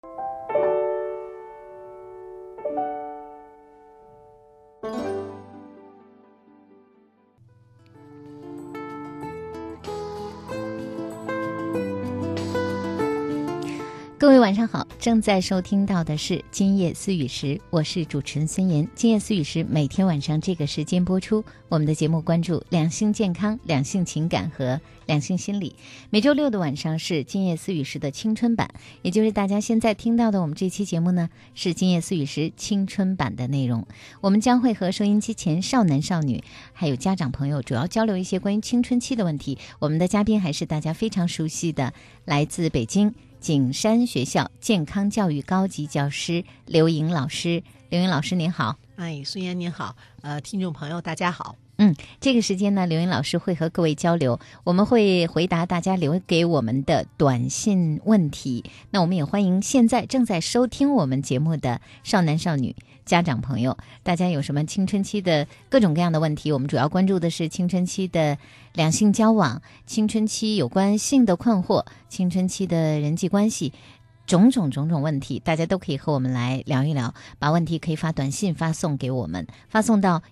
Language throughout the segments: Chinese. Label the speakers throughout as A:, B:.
A: 各位晚上好，正在收听到的是今夜思语时，我是主持人孙岩。今夜思语时每天晚上这个时间播出，我们的节目关注两性健康、两性情感和两性心理。每周六的晚上是今夜思语时的青春版，也就是大家现在听到的我们这期节目呢，是今夜思语时青春版的内容。我们将会和收音机前少男少女还有家长朋友主要交流一些关于青春期的问题。我们的嘉宾还是大家非常熟悉的，来自北京景山学校健康教育高级教师刘莹老师。刘莹老师您好。
B: 孙岩您好，听众朋友大家好。
A: 这个时间呢，刘莹老师会和各位交流，我们会回答大家留给我们的短信问题。那我们也欢迎现在正在收听我们节目的少男少女家长朋友，大家有什么青春期的各种各样的问题，我们主要关注的是青春期的两性交往，青春期有关性的困惑，青春期的人际关系，种种问题，大家都可以和我们来聊一聊。把问题可以发短信发送给我们，发送到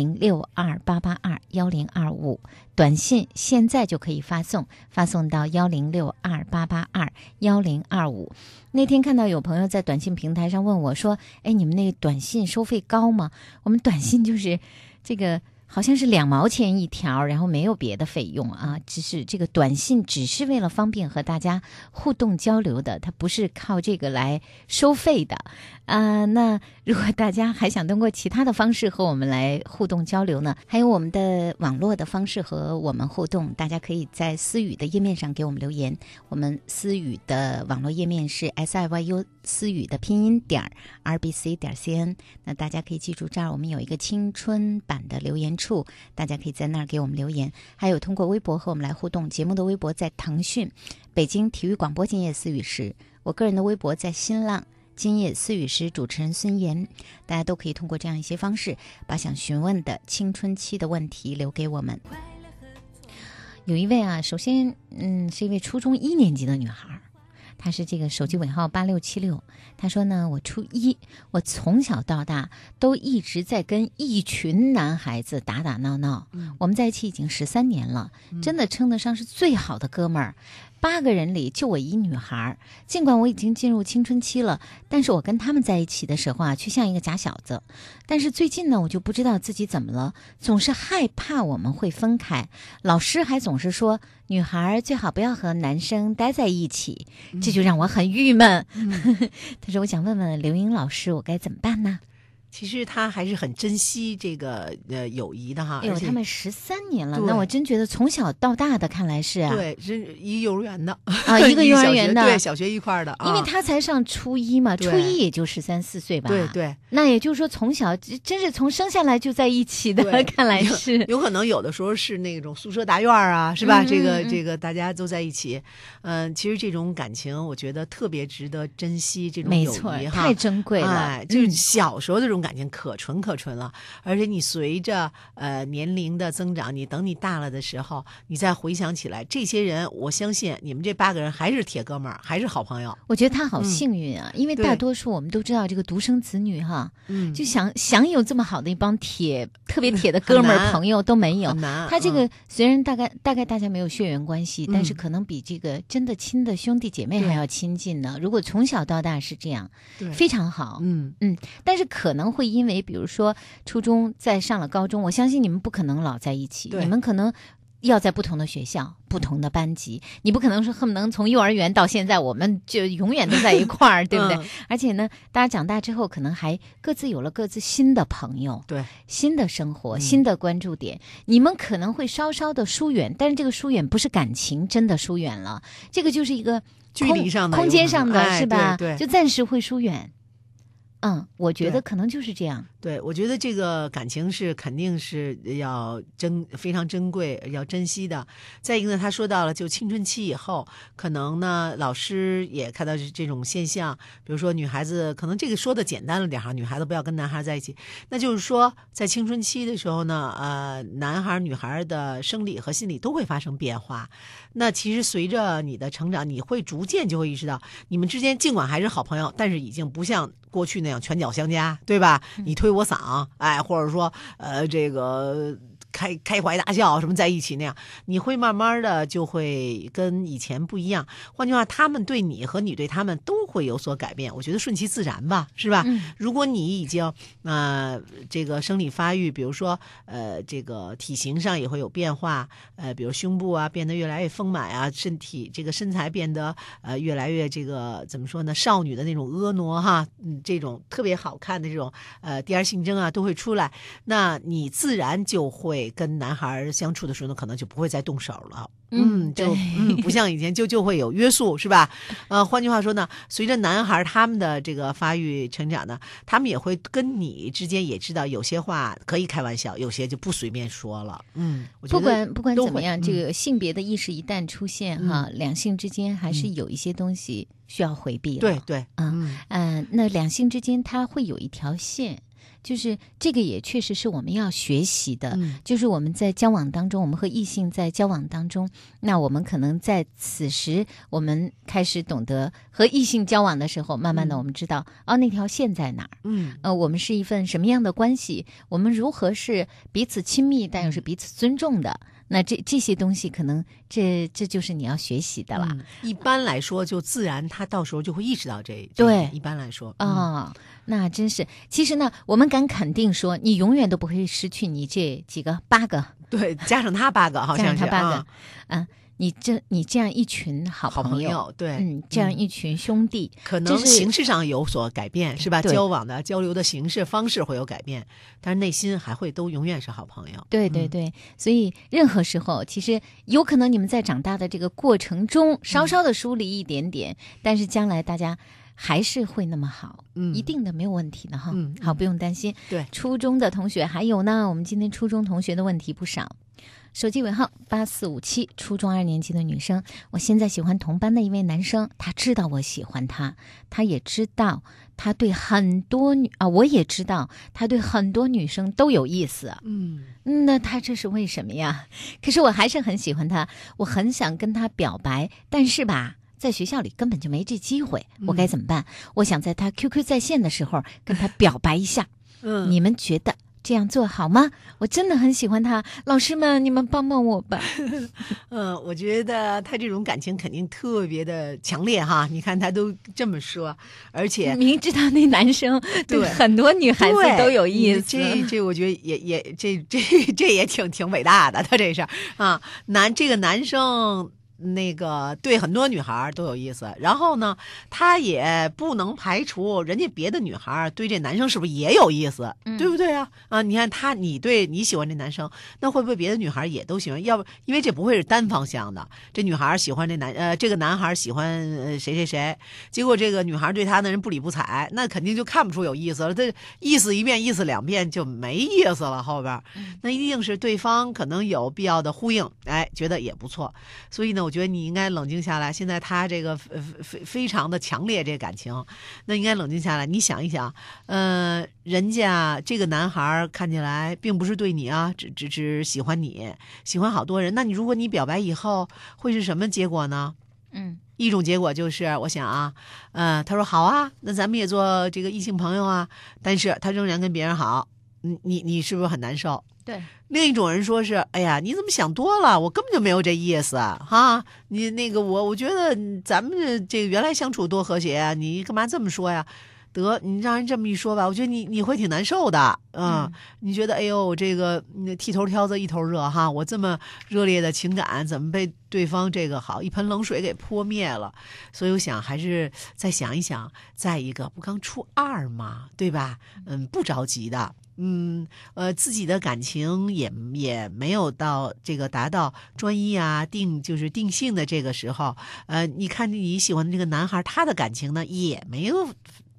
A: 1062882105，短信现在就可以发送到1062882105。那天看到有朋友在短信平台上问我说，你们那个短信收费高吗？我们短信就是这个好像是2毛钱一条，然后没有别的费用啊，只是这个短信只是为了方便和大家互动交流的，它不是靠这个来收费的那如果大家还想通过其他的方式和我们来互动交流呢，还有我们的网络的方式和我们互动，大家可以在思语的页面上给我们留言。我们思语的网络页面是 SIYU 思语的拼音.rbc.cn， 那大家可以记住，这儿我们有一个青春版的留言处，大家可以在那儿给我们留言。还有通过微博和我们来互动，节目的微博在腾讯北京体育广播今夜思语时，我个人的微博在新浪今夜思语时主持人孙岩，大家都可以通过这样一些方式把想询问的青春期的问题留给我们。有一位首先是一位初中1年级的女孩，她是这个手机尾号8676，她说呢，我初一，我从小到大都一直在跟一群男孩子打打闹闹，我们在一起已经13年了，真的称得上是最好的哥们儿。8个人里就我一女孩，尽管我已经进入青春期了，但是我跟他们在一起的时候却像一个假小子。但是最近呢，我就不知道自己怎么了，总是害怕我们会分开，老师还总是说女孩最好不要和男生待在一起，这就让我很郁闷。他说我想问问刘莹老师，我该怎么办呢？
B: 其实他还是很珍惜这个友谊的哈。
A: 他们13年了，那我真觉得从小到大的看来是
B: 对，是一幼儿园的
A: 一个幼儿园的，
B: 对，小学一块的
A: 因为他才上初一嘛，初一也就13、14岁吧。
B: 对，
A: 那也就是说从小真是从生下来就在一起的，看来是
B: 有可能有的时候是那种宿舍大院啊，是吧？这个大家都在一起，其实这种感情我觉得特别值得珍惜，这种友谊哈，
A: 太珍贵了。
B: 就是小时候这种感情可纯了，而且你随着年龄的增长，你等你大了的时候，你再回想起来，这些人，我相信你们这8个人还是铁哥们儿，还是好朋友。
A: 我觉得他好幸运啊，因为大多数我们都知道这个独生子女哈，就想有这么好的一帮特别铁的哥们儿朋友都没有。他这个虽然大概大家没有血缘关系，但是可能比这个真的亲的兄弟姐妹还要亲近呢。如果从小到大是这样，非常好。但是可能会因为比如说初中再上了高中，我相信你们不可能老在一起，你们可能要在不同的学校、不同的班级，你不可能说恨不能从幼儿园到现在我们就永远都在一块儿，对不对？而且呢，大家长大之后可能还各自有了各自新的朋友，
B: 对，
A: 新的生活、新的关注点，你们可能会稍稍的疏远，但是这个疏远不是感情真的疏远了，这个就是一个
B: 距离上的、
A: 空间上的，是吧？
B: 对，
A: 就暂时会疏远。 我觉
B: 对
A: 得可能就是这样。
B: 对，我觉得这个感情是肯定是要非常珍贵，要珍惜的。再一个呢，他说到了就青春期以后，可能呢老师也看到这种现象，比如说女孩子可能这个说的简单了点哈，女孩子不要跟男孩在一起，那就是说在青春期的时候呢，男孩女孩的生理和心理都会发生变化。那其实随着你的成长，你会逐渐就会意识到，你们之间尽管还是好朋友，但是已经不像过去那样拳脚相加，对吧？你推我搡，哎，或者说这个开怀大笑什么在一起那样，你会慢慢的就会跟以前不一样。换句话，他们对你和你对他们都会有所改变。我觉得顺其自然吧，是吧？如果你已经这个生理发育，比如说这个体型上也会有变化，比如胸部啊变得越来越丰满啊，这个身材变得越来越这个怎么说呢，少女的那种婀娜哈，这种特别好看的这种第二性征啊都会出来，那你自然就会跟男孩相处的时候呢，可能就不会再动手了。不像以前就会有约束，是吧？换句话说呢，随着男孩他们的这个发育成长呢，他们也会跟你之间也知道有些话可以开玩笑，有些就不随便说了。我觉得
A: 不管怎么样，这个性别的意识一旦出现哈，两性之间还是有一些东西需要回避了。
B: 对，
A: 那两性之间它会有一条线。就是这个也确实是我们要学习的，就是我们在交往当中，我们和异性在交往当中，那我们可能在此时我们开始懂得和异性交往的时候，慢慢的我们知道那条线在哪儿，我们是一份什么样的关系，我们如何是彼此亲密但又是彼此尊重的，那这些东西可能这就是你要学习的了。
B: 一般来说就自然他到时候就会意识到这
A: 对，
B: 一般来说
A: 那真是，其实呢，我们敢肯定说，你永远都不会失去你这几个8个，
B: 对，加上他8个，好像是
A: 加上他8个，你这样一群好朋友，
B: 对，
A: 这样一群兄弟，
B: 可能形式上有所改变，是吧？交往的交流的形式方式会有改变，但是内心还会都永远是好朋友。
A: 对，所以任何时候，其实有可能你们在长大的这个过程中，稍稍的疏离一点点，但是将来大家还是会那么好，一定的没有问题的哈。好，不用担心。
B: 对，
A: 初中的同学还有呢，我们今天初中同学的问题不少。手机尾号8457，初中2年级的女生，我现在喜欢同班的一位男生，他知道我喜欢他，他也知道他对很多我也知道他对很多女生都有意思。那他这是为什么呀？可是我还是很喜欢他，我很想跟他表白，但是吧，在学校里根本就没这机会，我该怎么办？我想在他 QQ 在线的时候跟他表白一下。你们觉得这样做好吗？我真的很喜欢他，老师们你们帮帮我吧。
B: 我觉得他这种感情肯定特别的强烈哈，你看他都这么说，而且
A: 明知道那男生对很多女孩子都有意思，
B: 这我觉得也这也挺伟大的，他这事儿啊，这个男生那个对很多女孩都有意思，然后呢，他也不能排除人家别的女孩对这男生是不是也有意思，对不对啊？你看你喜欢这男生，那会不会别的女孩也都喜欢？要不因为这不会是单方向的，这女孩喜欢这个男孩喜欢谁，结果这个女孩对他的人不理不睬，那肯定就看不出有意思了。这意思一遍，意思2遍就没意思了，后边那一定是对方可能有必要的呼应，觉得也不错，所以呢，我觉得你应该冷静下来。现在他这个非常的强烈，这个感情，那应该冷静下来。你想一想，人家这个男孩看起来并不是对你啊，只喜欢你，喜欢好多人。那如果你表白以后，会是什么结果呢？一种结果就是我想啊，他说好啊，那咱们也做这个异性朋友啊，但是他仍然跟别人好，你是不是很难受？
A: 对。
B: 另一种人说是，哎呀，你怎么想多了？我根本就没有这意思哈！你那个我觉得咱们这个原来相处多和谐啊，你干嘛这么说呀？得，你让人这么一说吧，我觉得你会挺难受的你觉得哎呦，这个剃头挑子一头热哈，我这么热烈的情感怎么被对方这个一盆冷水给泼灭了？所以我想还是再想一想。再一个，不刚初2嘛，对吧？不着急的。自己的感情也没有到这个达到专一啊定性的这个时候，你看你喜欢的这个男孩，他的感情呢也没有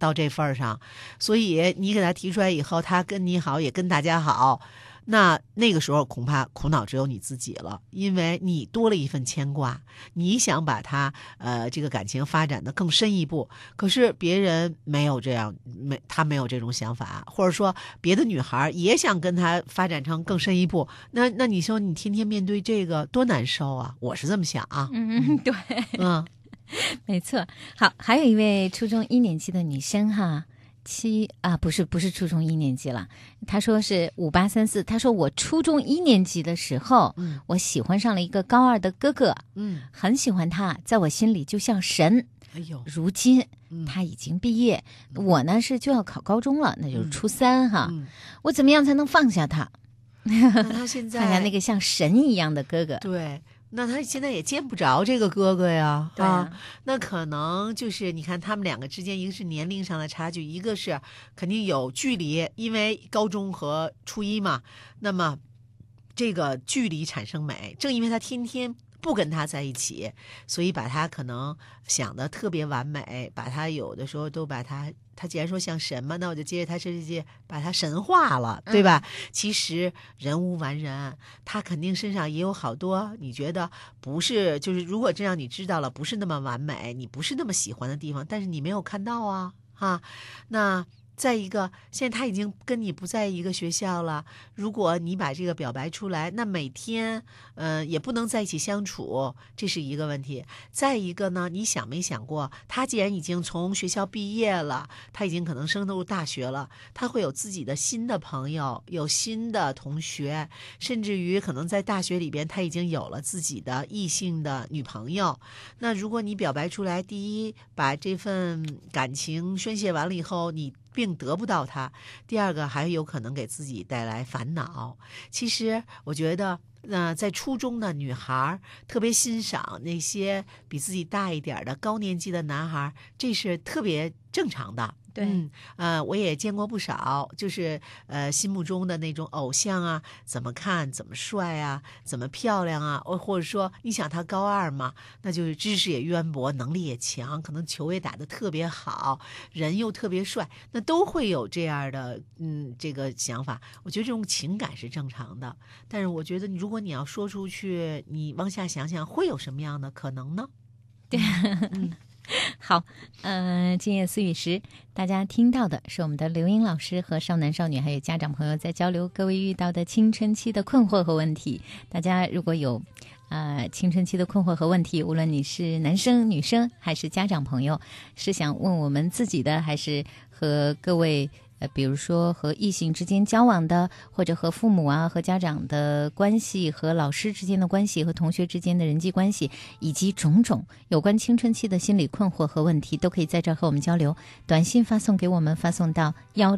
B: 到这份儿上，所以你给他提出来以后，他跟你好也跟大家好，那个时候恐怕苦恼只有你自己了，因为你多了一份牵挂，你想把他这个感情发展的更深一步，可是别人没有这样，他没有这种想法，或者说别的女孩也想跟他发展成更深一步，那你说你天天面对这个多难受啊！我是这么想啊。
A: 对，没错。好，还有一位初中1年级的女生哈。不是初中1年级了，他说是5834，他说我初中1年级的时候，我喜欢上了一个高2的哥哥，很喜欢他，在我心里就像神。
B: 哎呦，
A: 如今他已经毕业，我呢是就要考高中了，那就是初3哈，我怎么样才能放下他？
B: 那他现在
A: 放下那个像神一样的哥哥？
B: 对。那他现在也见不着这个哥哥呀，
A: 对啊，
B: 那可能就是你看他们两个之间，一个是年龄上的差距，一个是肯定有距离，因为高中和初一嘛，那么这个距离产生美，正因为他天天不跟他在一起，所以把他可能想的特别完美，把他有的时候都把他既然说像神嘛，那我就接着他这些把他神化了，对吧？其实人无完人，他肯定身上也有好多你觉得不是，就是如果这样你知道了不是那么完美，你不是那么喜欢的地方，但是你没有看到啊，那再一个，现在他已经跟你不在一个学校了。如果你把这个表白出来，那每天，也不能在一起相处，这是一个问题。再一个呢，你想没想过，他既然已经从学校毕业了，他已经可能升入大学了，他会有自己的新的朋友，有新的同学，甚至于可能在大学里边他已经有了自己的异性的女朋友。那如果你表白出来，第一，把这份感情宣泄完了以后，你并得不到他，第二个还有可能给自己带来烦恼。其实我觉得在初中的女孩特别欣赏那些比自己大一点的高年级的男孩，这是特别正常的。
A: 对，
B: 我也见过不少，就是心目中的那种偶像啊，怎么看怎么帅啊，怎么漂亮啊，或者说你想他高2嘛，那就是知识也渊博，能力也强，可能球也打得特别好，人又特别帅，那都会有这样的这个想法。我觉得这种情感是正常的，但是我觉得如果你要说出去，你往下想想会有什么样的可能呢？
A: 对。好，今夜思雨时，大家听到的是我们的刘英老师和少男少女还有家长朋友在交流各位遇到的青春期的困惑和问题。大家如果有青春期的困惑和问题，无论你是男生女生还是家长朋友，是想问我们自己的，还是和各位比如说和异性之间交往的，或者和父母啊和家长的关系，和老师之间的关系，和同学之间的人际关系，以及种种有关青春期的心理困惑和问题，都可以在这儿和我们交流。短信发送给我们，发送到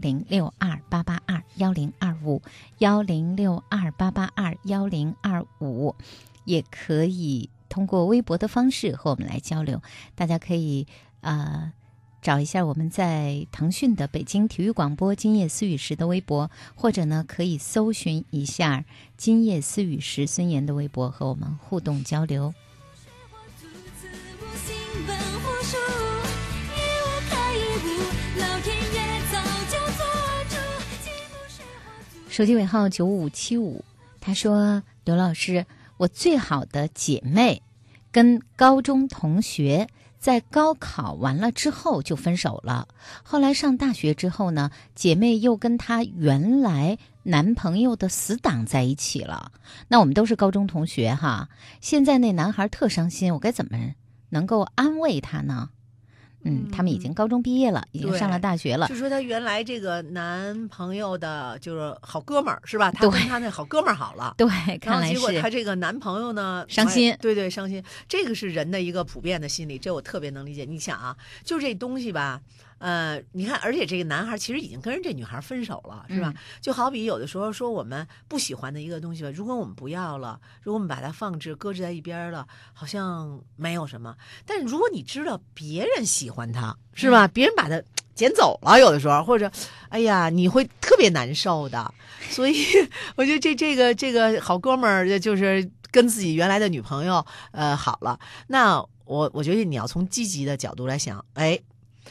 A: 1062882106251062882105，也可以通过微博的方式和我们来交流。大家可以找一下我们在腾讯的北京体育广播今夜思雨时的微博，或者呢可以搜寻一下今夜思雨时孙岩的微博，和我们互动交流。手机尾号9575，他说：刘老师，我最好的姐妹跟高中同学在高考完了之后就分手了，后来上大学之后呢，姐妹又跟她原来男朋友的死党在一起了。那我们都是高中同学哈，现在那男孩特伤心，我该怎么能够安慰他呢？他们已经高中毕业了，已经上了大学了。
B: 就说他原来这个男朋友的就是好哥们儿是吧？他跟他那好哥们儿好了，
A: 对，看来是。
B: 结果他这个男朋友呢
A: 伤心，
B: 对，伤心。这个是人的一个普遍的心理，这我特别能理解。你想啊，就这东西吧。你看，而且这个男孩其实已经跟人这女孩分手了，是吧？就好比有的时候说我们不喜欢的一个东西吧，如果我们不要了，如果我们把它放置搁置在一边了，好像没有什么。但是如果你知道别人喜欢他，是吧？别人把他捡走了，有的时候或者，哎呀，你会特别难受的。所以我觉得这个好哥们儿就是跟自己原来的女朋友好了。那我觉得你要从积极的角度来想，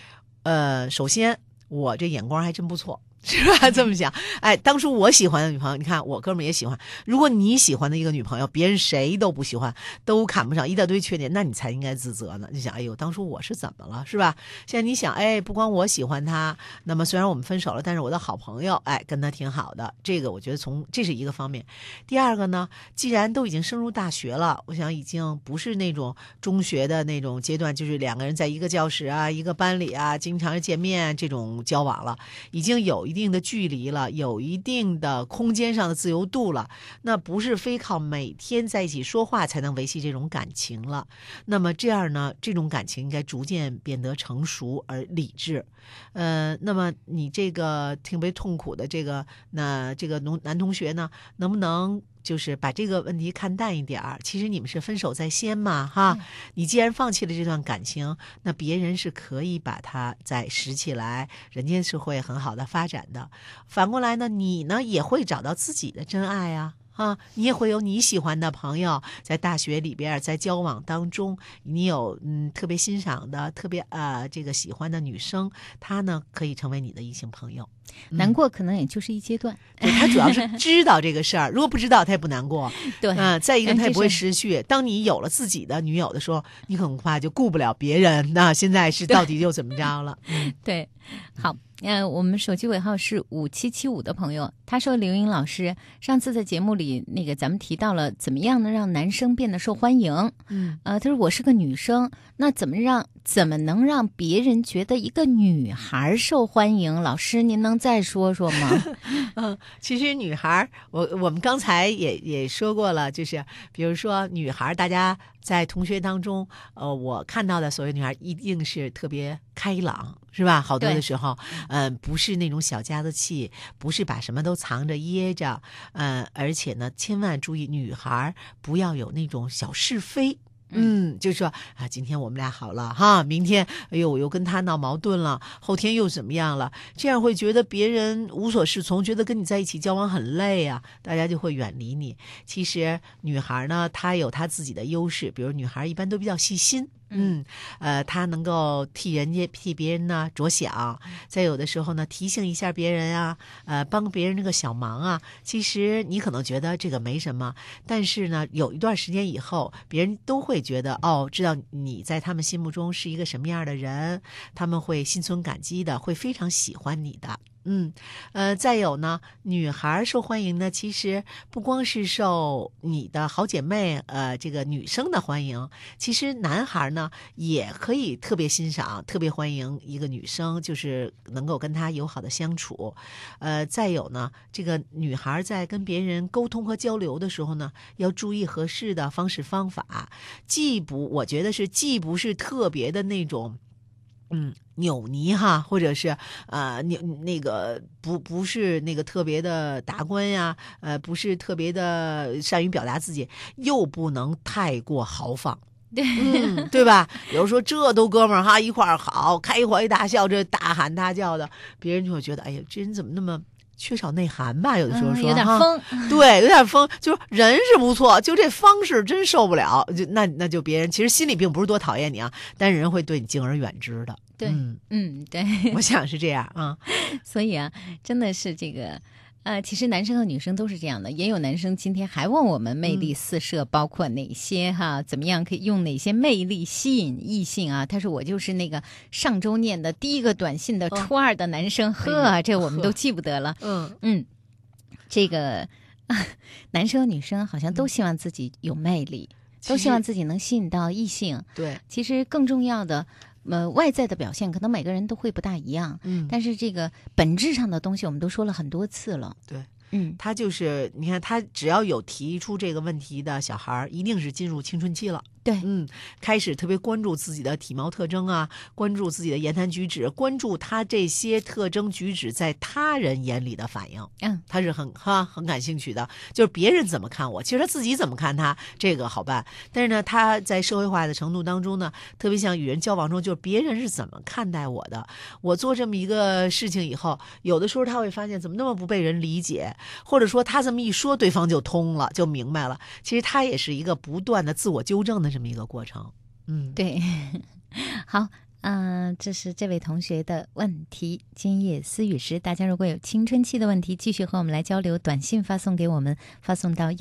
B: 首先我这眼光还真不错。是吧？这么想，哎，当初我喜欢的女朋友，你看我哥们儿也喜欢。如果你喜欢的一个女朋友，别人谁都不喜欢，都看不上，一大堆缺点，那你才应该自责呢。就想，哎呦，当初我是怎么了，是吧？现在你想，哎，不光我喜欢他，那么虽然我们分手了，但是我的好朋友，哎，跟他挺好的。这个我觉得这是一个方面。第二个呢，既然都已经升入大学了，我想已经不是那种中学的那种阶段，就是两个人在一个教室啊、一个班里啊，经常见面这种交往了，已经有一定的距离了，有一定的空间上的自由度了，那不是非靠每天在一起说话才能维系这种感情了。那么这样呢，这种感情应该逐渐变得成熟而理智。那么你这个特别痛苦的这个男同学呢，能不能就是把这个问题看淡一点儿？其实你们是分手在先嘛，哈。你既然放弃了这段感情，那别人是可以把它再拾起来，人家是会很好的发展的。反过来呢，你呢也会找到自己的真爱啊。你也会有你喜欢的朋友，在大学里边，在交往当中，你有特别欣赏的、特别这个喜欢的女生，她呢可以成为你的异性朋友。
A: 难过可能也就是一阶段，
B: 对，他主要是知道这个事儿，如果不知道他也不难过。
A: 对，
B: 再一个他也不会失去。当你有了自己的女友的时候，你恐怕就顾不了别人。那现在是到底又怎么着了？
A: 对，好。我们手机尾号是5775的朋友，他说：“刘英老师，上次在节目里咱们提到了怎么样能让男生变得受欢迎。他说我是个女生，那怎么能让别人觉得一个女孩受欢迎？老师，您能再说说吗？”
B: 其实女孩，我们刚才也说过了，就是比如说女孩，大家在同学当中，我看到的所谓女孩一定是特别开朗，是吧？好多的时候，不是那种小家子气，不是把什么都藏着掖着，而且呢，千万注意，女孩不要有那种小是非。就是说今天我们俩好了哈，明天哎呦我又跟他闹矛盾了，后天又怎么样了，这样会觉得别人无所适从，觉得跟你在一起交往很累啊，大家就会远离你。其实女孩呢，她有她自己的优势，比如女孩一般都比较细心。她能够替别人呢着想，在有的时候呢提醒一下别人啊，帮别人这个小忙啊。其实你可能觉得这个没什么，但是呢，有一段时间以后，别人都会觉得知道你在他们心目中是一个什么样的人，他们会心存感激的，会非常喜欢你的。再有呢，女孩受欢迎呢，其实不光是受你的好姐妹这个女生的欢迎，其实男孩呢也可以特别欣赏、特别欢迎一个女生，就是能够跟她友好的相处。再有呢，这个女孩在跟别人沟通和交流的时候呢，要注意合适的方式方法，我觉得是既不是特别的那种。扭捏哈，或者是那个不是那个特别的达观呀，不是特别的善于表达自己，又不能太过豪放。对吧？比如说这都哥们儿哈，一块儿好，开怀大笑，这大喊大叫的，别人就会觉得，哎呀，这人怎么那么缺少内涵吧？有的时候说
A: 有点疯，
B: 对，有点疯，就是人是不错，就这方式真受不了。那就别人其实心里并不是多讨厌你啊，但是人会对你敬而远之的。
A: 对，对，
B: 我想是这样啊。
A: 所以啊，真的是这个。其实男生和女生都是这样的，也有男生今天还问我们魅力四射包括哪些哈？怎么样可以用哪些魅力吸引异性啊？他说我就是那个上周念的第一个短信的初二的男生，这我们都记不得了。这个男生和女生好像都希望自己有魅力，都希望自己能吸引到异性。
B: 对，
A: 其实更重要的。外在的表现可能每个人都会不大一样，但是这个本质上的东西我们都说了很多次了。
B: 对，他就是你看，他只要有提出这个问题的小孩，一定是进入青春期了。
A: 对，
B: 开始特别关注自己的体貌特征啊，关注自己的言谈举止，关注他这些特征举止在他人眼里的反应。他是很感兴趣的，就是别人怎么看我，其实他自己怎么看他，这个好办。但是呢，他在社会化的程度当中呢，特别像与人交往中，就是别人是怎么看待我的。我做这么一个事情以后，有的时候他会发现怎么那么不被人理解，或者说他这么一说，对方就通了，就明白了。其实他也是一个不断的自我纠正的这么一个过程。
A: 对。好， 这是这位同学的问题。今夜思雨时，大家如果有青春期的问题，继续和我们来交流，短信发送给我们，发送到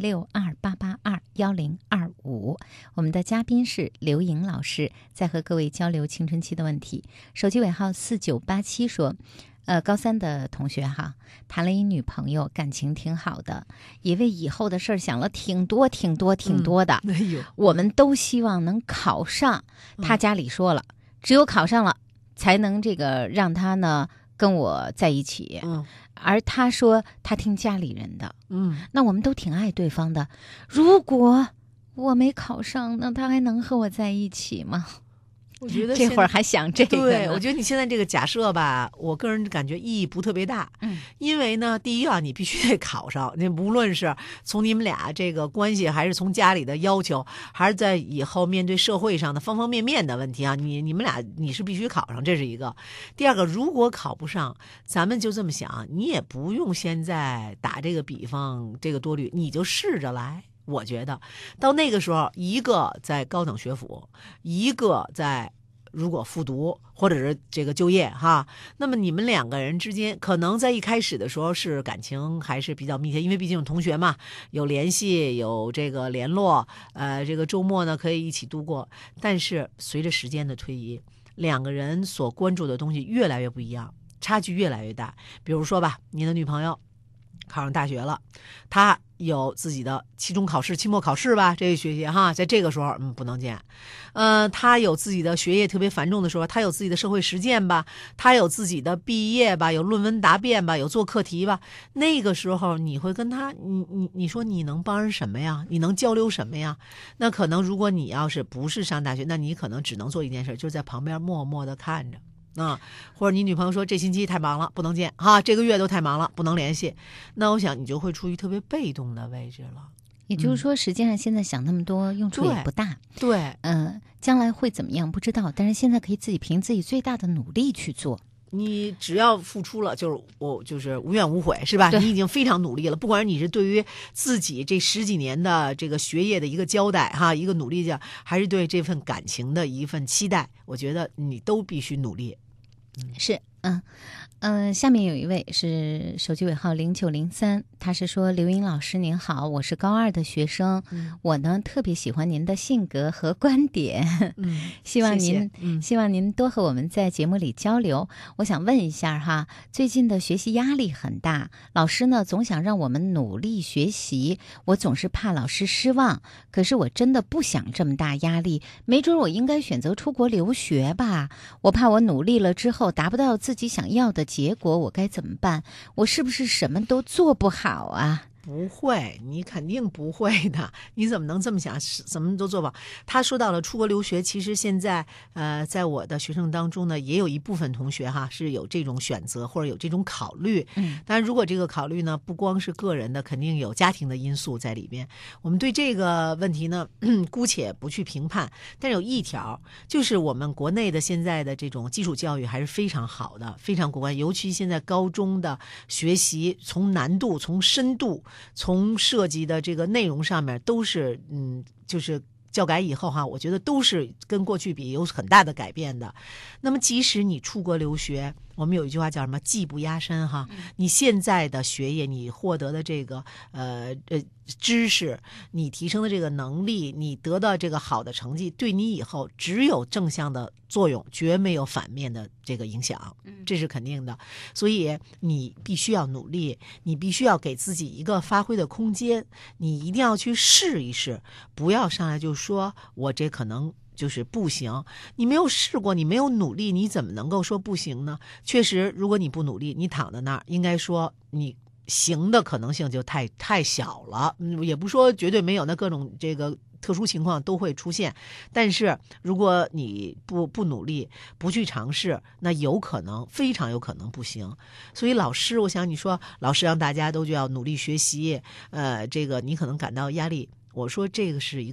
A: 106288210525。我们的嘉宾是刘颖老师，在和各位交流青春期的问题。手机尾号4987说，高3的同学哈，谈了一女朋友，感情挺好的，也为以后的事儿想了挺多的。
B: 哎呦，
A: 我们都希望能考上，他家里说了，只有考上了才能这个让他呢跟我在一起。而他说他听家里人的。那我们都挺爱对方的，如果我没考上，那他还能和我在一起吗？
B: 我觉得
A: 这会儿还想这个呢。
B: 对，我觉得你现在这个假设吧，我个人感觉意义不特别大。因为呢，第一啊，你必须得考上，那无论是从你们俩这个关系，还是从家里的要求，还是在以后面对社会上的方方面面的问题啊，你们俩你是必须考上，这是一个。第二个，如果考不上，咱们就这么想，你也不用现在打这个比方，这个多虑，你就试着来。我觉得到那个时候，一个在高等学府，一个在如果复读或者是这个就业哈，那么你们两个人之间可能在一开始的时候是感情还是比较密切，因为毕竟同学嘛，有联系，有这个联络，这个周末呢可以一起度过。但是随着时间的推移，两个人所关注的东西越来越不一样，差距越来越大。比如说吧，你的女朋友考上大学了，她有自己的期中考试、期末考试吧，这个学习哈，在这个时候不能见。他有自己的学业特别繁重的时候，他有自己的社会实践吧，他有自己的毕业吧，有论文答辩吧，有做课题吧。那个时候你会跟他，你说你能帮人什么呀？你能交流什么呀？那可能如果你要是不是上大学，那你可能只能做一件事，就是在旁边默默的看着。或者你女朋友说这星期太忙了不能见哈，这个月都太忙了不能联系，那我想你就会处于特别被动的位置了。
A: 也就是说，实际上现在想那么多用处也不大。
B: 对，
A: 将来会怎么样不知道，但是现在可以自己凭自己最大的努力去做。
B: 你只要付出了，就是无怨无悔，是吧？你已经非常努力了，不管你是对于自己这10几年的这个学业的一个交代哈，一个努力还是对这份感情的一份期待，我觉得你都必须努力。
A: 是，下面有一位是手机尾号0903，他是说，刘英老师您好，我是高2的学生，我呢特别喜欢您的性格和观点，希望您多和我们在节目里交流。我想问一下哈，最近的学习压力很大，老师呢总想让我们努力学习，我总是怕老师失望，可是我真的不想这么大压力，没准我应该选择出国留学吧，我怕我努力了之后达不到自己想要的结果，我该怎么办？我是不是什么都做不好啊？
B: 不会，你肯定不会的。你怎么能这么想？什么都做不好。他说到了出国留学，其实现在在我的学生当中呢，也有一部分同学哈是有这种选择或者有这种考虑。当然，如果这个考虑呢不光是个人的，肯定有家庭的因素在里边。我们对这个问题呢，姑且不去评判。但有一条，就是我们国内的现在的这种基础教育还是非常好的，非常过关。尤其现在高中的学习，从难度、从深度、从涉及的这个内容上面都是就是教改以后哈，我觉得都是跟过去比有很大的改变的。那么即使你出国留学，我们有一句话叫什么？技不压身哈。你现在的学业，你获得的这个知识，你提升的这个能力，你得到这个好的成绩，对你以后只有正向的作用，绝没有反面的这个影响，这是肯定的。所以你必须要努力，你必须要给自己一个发挥的空间，你一定要去试一试，不要上来就说我这可能就是不行，你没有试过，你没有努力，你怎么能够说不行呢？确实，如果你不努力，你躺在那儿，应该说你行的可能性就太小了。也不说绝对没有，那各种这个特殊情况都会出现。但是如果你不努力，不去尝试，那有可能，非常有可能不行。所以老师，我想你说老师让大家都就要努力学习，这个你可能感到压力。我说这个是一个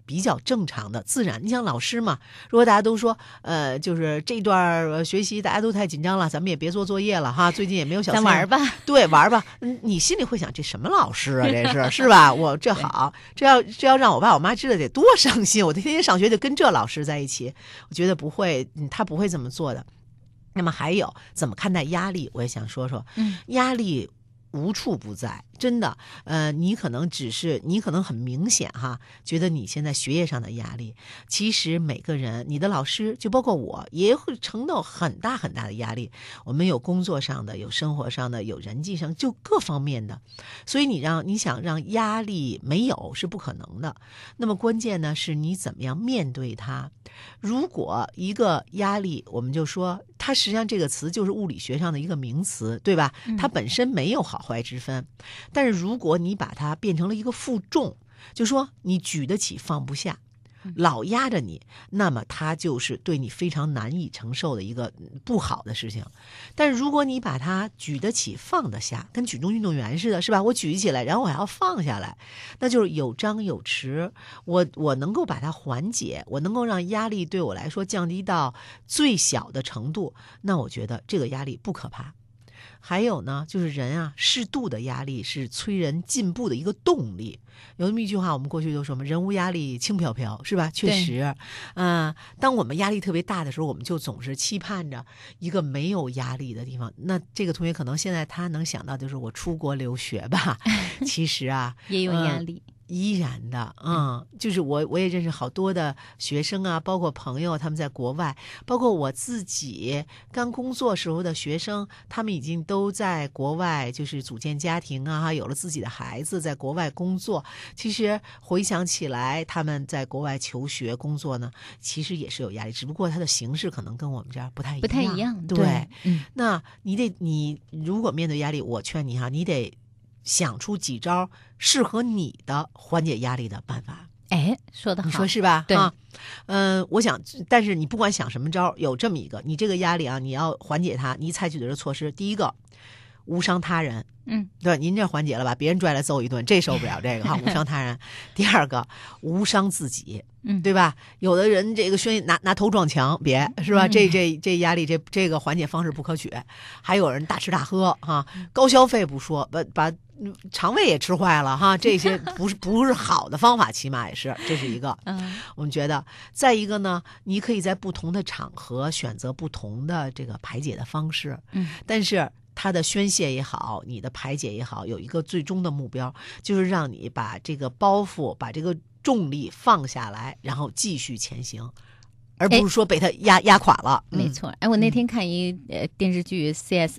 B: 比较正常的自然。你想老师嘛，如果大家都说就是这段学习大家都太紧张了，咱们也别做作业了哈，最近也没有小
A: 咱玩吧，
B: 对，玩吧。你心里会想，这什么老师啊，这是吧？我这好，这要让我爸我妈知道得多伤心，我天天上学就跟这老师在一起。我觉得不会，他不会这么做的。那么还有怎么看待压力，我也想说说。压力无处不在，真的。你可能很明显哈，觉得你现在学业上的压力，其实每个人，你的老师就包括我，也会承受很大很大的压力。我们有工作上的，有生活上的，有人际上，就各方面的。所以你想让压力没有是不可能的。那么关键呢，是你怎么样面对它。如果一个压力，我们就说它实际上这个词就是物理学上的一个名词，对吧？它本身没有好坏之分，但是如果你把它变成了一个负重，就说你举得起放不下，老压着你，那么它就是对你非常难以承受的一个不好的事情。但是如果你把它举得起放得下，跟举重运动员似的，是吧？我举起来，然后我还要放下来，那就是有张有弛。我能够把它缓解，我能够让压力对我来说降低到最小的程度，那我觉得这个压力不可怕。还有呢，就是人啊，适度的压力是催人进步的一个动力。有这么一句话，我们过去都说嘛，人无压力轻飘飘，是吧？确实，当我们压力特别大的时候，我们就总是期盼着一个没有压力的地方。那这个同学可能现在他能想到就是我出国留学吧，其实啊，
A: 也有压力。
B: 依然的，就是我也认识好多的学生啊，包括朋友，他们在国外，包括我自己刚工作时候的学生，他们已经都在国外，就是组建家庭啊，有了自己的孩子，在国外工作。其实回想起来，他们在国外求学工作呢，其实也是有压力，只不过它的形式可能跟我们这儿不太一样。对，那你如果面对压力，我劝你哈，你得想出几招适合你的缓解压力的办法。
A: 哎，说得好，
B: 你说是吧？
A: 对，
B: 我想，但是你不管想什么招，有这么一个，你这个压力啊，你要缓解它，你采取的是措施。第一个，无伤他人。对，您这缓解了吧？别人拽来揍一顿，这受不了这个哈，无伤他人。第二个，无伤自己，对吧？有的人这个宣拿头撞墙，别是吧？这压力这个缓解方式不可取。还有人大吃大喝哈，高消费不说，把肠胃也吃坏了哈，这些不是好的方法，起码也是，这是一个。我们觉得，再一个呢，你可以在不同的场合选择不同的这个排解的方式，但是它的宣泄也好，你的排解也好，有一个最终的目标，就是让你把这个包袱、把这个重力放下来，然后继续前行，而不是说被它压垮了。
A: 没错。我那天看一电视剧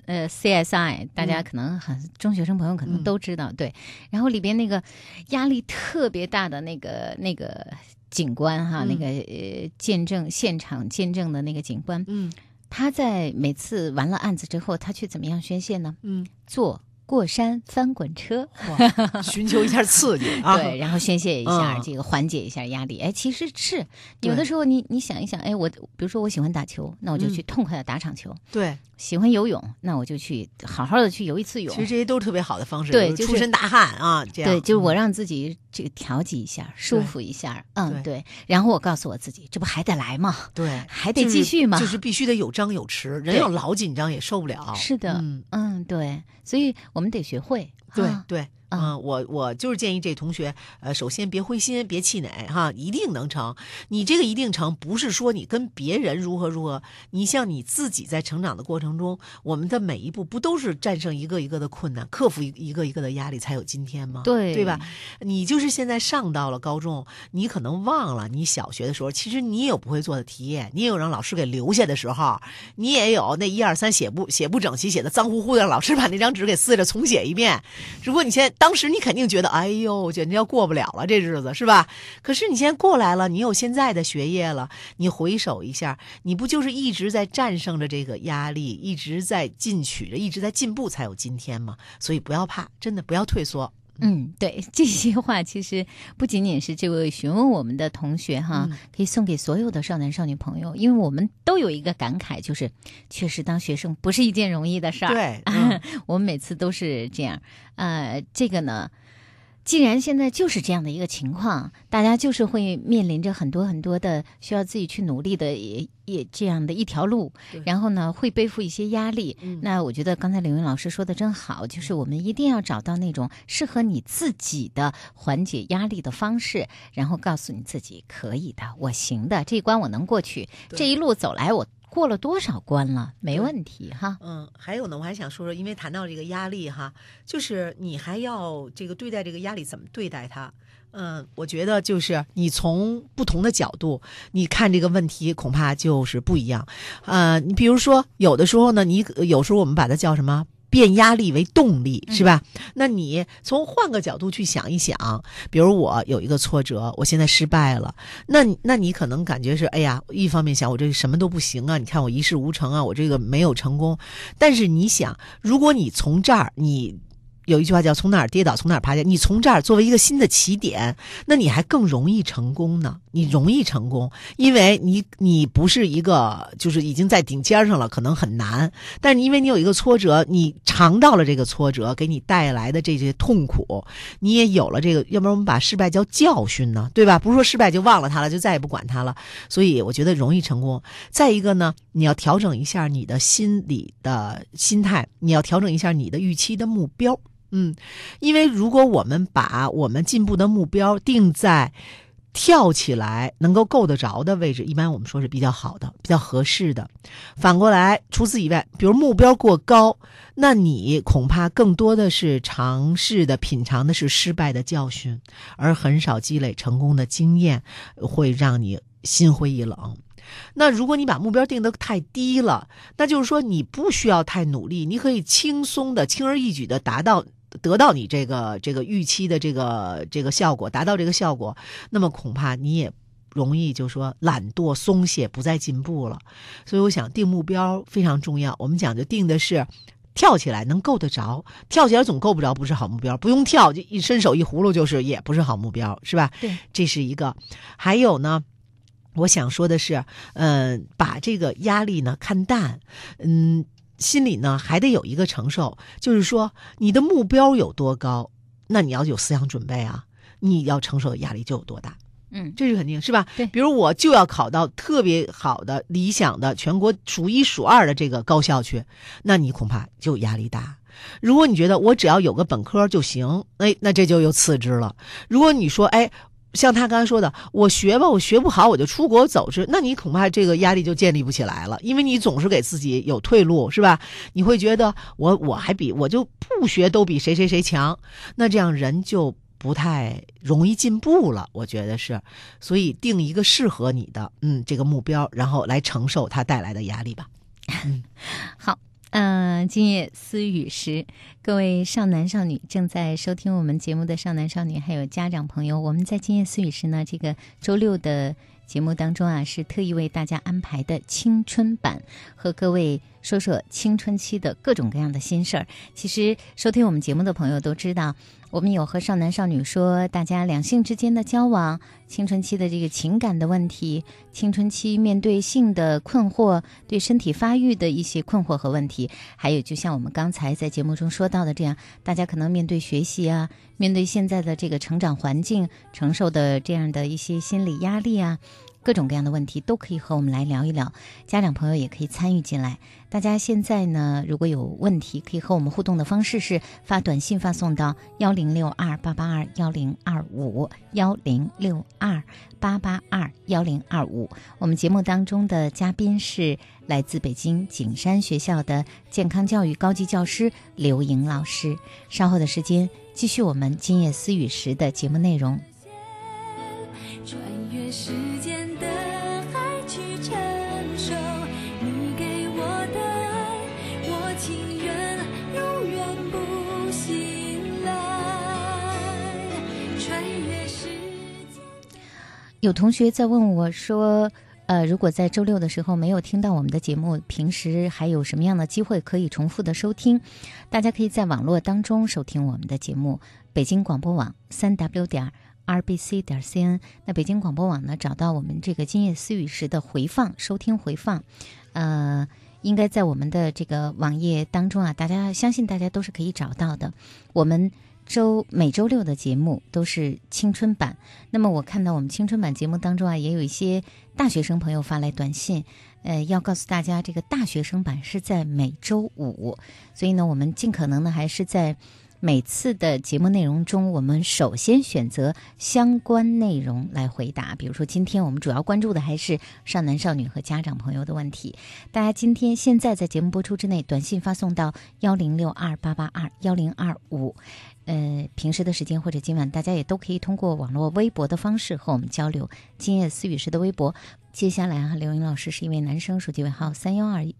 A: CSI， 大家可能中学生朋友可能都知道，对。然后里边那个压力特别大的那个警官哈，那个现场见证的那个警官，他在每次完了案子之后，他去怎么样宣泄呢？坐过山翻滚车，
B: 寻求一下刺激啊，
A: 对，然后宣泄一下，这个缓解一下压力。其实是有的时候你想一想，我比如说我喜欢打球，那我就去痛快的打场球。
B: 对，
A: 喜欢游泳，那我就去好好的去游一次泳。
B: 其实这些都是特别好的方式，
A: 对，就是
B: 出身大汗啊，这样。
A: 对，就是我让自己这个调剂一下，舒服一下，对。然后我告诉我自己，这不还得来吗？
B: 对，
A: 还得继续吗？
B: 就是必须得有张有弛，人要老紧张也受不了。
A: 是的，对，所以我们得学会。
B: 对。我就是建议这同学，首先别灰心，别气馁哈，一定能成。你这个一定成，不是说你跟别人如何，你像你自己在成长的过程中，我们的每一步不都是战胜一个一个的困难，克服一个一个的压力，才有今天吗？对吧？你就是现在上到了高中，你可能忘了你小学的时候，其实你也有不会做的题，你也有让老师给留下的时候，你也有那1、2、3写不整齐，写的脏乎乎的，让老师把那张纸给撕着重写一遍。如果你现在当时你肯定觉得，哎呦，简直要过不了了这日子，是吧？可是你现在过来了，你有现在的学业了，你回首一下，你不就是一直在战胜着这个压力，一直在进取着，一直在进步，才有今天吗？所以不要怕，真的不要退缩。
A: 对，这些话其实不仅仅是这位询问我们的同学哈，可以送给所有的少男少女朋友，因为我们都有一个感慨，就是确实当学生不是一件容易的事儿。
B: 对，
A: 我们每次都是这样。这个呢， 既然现在就是这样的一个情况，大家就是会面临着很多很多的需要自己去努力的也这样的一条路，然后呢会背负一些压力。那我觉得刚才刘云老师说的真好，就是我们一定要找到那种适合你自己的缓解压力的方式，然后告诉你自己可以的，我行的，这一关我能过去，这一路走来我过了多少关了，没问题哈。
B: 还有呢，我还想说说，因为谈到这个压力哈，就是你还要这个对待这个压力怎么对待它。我觉得就是你从不同的角度你看这个问题恐怕就是不一样。你比如说有的时候呢，有时候我们把它叫什么变压力为动力，是吧？那你从换个角度去想一想，比如我有一个挫折，我现在失败了，那你可能感觉是，哎呀，一方面想我这个什么都不行啊，你看我一事无成啊，我这个没有成功。但是你想，如果你从这儿，你有一句话叫从哪儿跌倒从哪儿爬起来，你从这儿作为一个新的起点，那你还更容易成功呢。你容易成功，因为你不是一个就是已经在顶尖上了，可能很难，但是因为你有一个挫折，你尝到了这个挫折给你带来的这些痛苦，你也有了这个，要不然我们把失败叫教训呢，对吧？不是说失败就忘了它了，就再也不管它了。所以我觉得容易成功。再一个呢，你要调整一下你的心理的心态，你要调整一下你的预期的目标。因为如果我们把我们进步的目标定在跳起来能够够得着的位置，一般我们说是比较好的，比较合适的。反过来，除此以外，比如目标过高，那你恐怕更多的是尝试的品尝的是失败的教训，而很少积累成功的经验，会让你心灰意冷。那如果你把目标定得太低了，那就是说你不需要太努力，你可以轻松的轻而易举的得到你这个预期的这个效果，达到这个效果，那么恐怕你也容易就说懒惰松懈，不再进步了。所以我想定目标非常重要，我们讲究定的是跳起来能够得着，跳起来总够不着不是好目标，不用跳就一伸手一葫芦就是也不是好目标，是吧？
A: 对，
B: 这是一个。还有呢，我想说的是，把这个压力呢看淡，心里呢还得有一个承受，就是说你的目标有多高，那你要有思想准备啊，你要承受的压力就有多大。这是肯定，是吧？
A: 对，
B: 比如我就要考到特别好的、理想的、全国数一数二的这个高校去，那你恐怕就压力大。如果你觉得我只要有个本科就行，那这就有次之了。如果你说，像他刚才说的，我学吧，我学不好我就出国走之，那你恐怕这个压力就建立不起来了，因为你总是给自己有退路，是吧？你会觉得我就不学都比谁谁谁强，那这样人就不太容易进步了，我觉得是。所以定一个适合你的这个目标，然后来承受它带来的压力吧。
A: 好。今夜思雨时，各位少男少女正在收听我们节目的少男少女还有家长朋友，我们在今夜思雨时呢，这个周六的节目当中啊，是特意为大家安排的青春版，和各位说说青春期的各种各样的心事儿。其实收听我们节目的朋友都知道，我们有和少男少女说大家两性之间的交往，青春期的这个情感的问题，青春期面对性的困惑，对身体发育的一些困惑和问题，还有就像我们刚才在节目中说到的这样，大家可能面对学习啊，面对现在的这个成长环境承受的这样的一些心理压力啊，各种各样的问题都可以和我们来聊一聊，家长朋友也可以参与进来。大家现在呢，如果有问题可以和我们互动的方式是发短信发送到1062882105 1062882105。我们节目当中的嘉宾是来自北京景山学校的健康教育高级教师刘莹老师。稍后的时间继续我们今夜思雨时的节目内容。
C: 穿越时间的海去承受你给我的爱，我情愿永远不醒来。穿越时间。
A: 有同学在问我说，如果在周六的时候没有听到我们的节目，平时还有什么样的机会可以重复的收听？大家可以在网络当中收听我们的节目，北京广播网3w.rbc.cn。 那北京广播网呢，找到我们这个今夜思雨时的回放，收听回放，应该在我们的这个网页当中啊，相信大家都是可以找到的。我们每周六的节目都是青春版。那么我看到我们青春版节目当中啊，也有一些大学生朋友发来短信，要告诉大家这个大学生版是在每周五，所以呢，我们尽可能呢还是在每次的节目内容中，我们首先选择相关内容来回答。比如说今天我们主要关注的还是少男少女和家长朋友的问题。大家现在在节目播出之内，短信发送到1062882105。平时的时间或者今晚，大家也都可以通过网络微博的方式和我们交流。今夜思雨时的微博，接下来啊，刘英老师是一位男生，手机尾号3122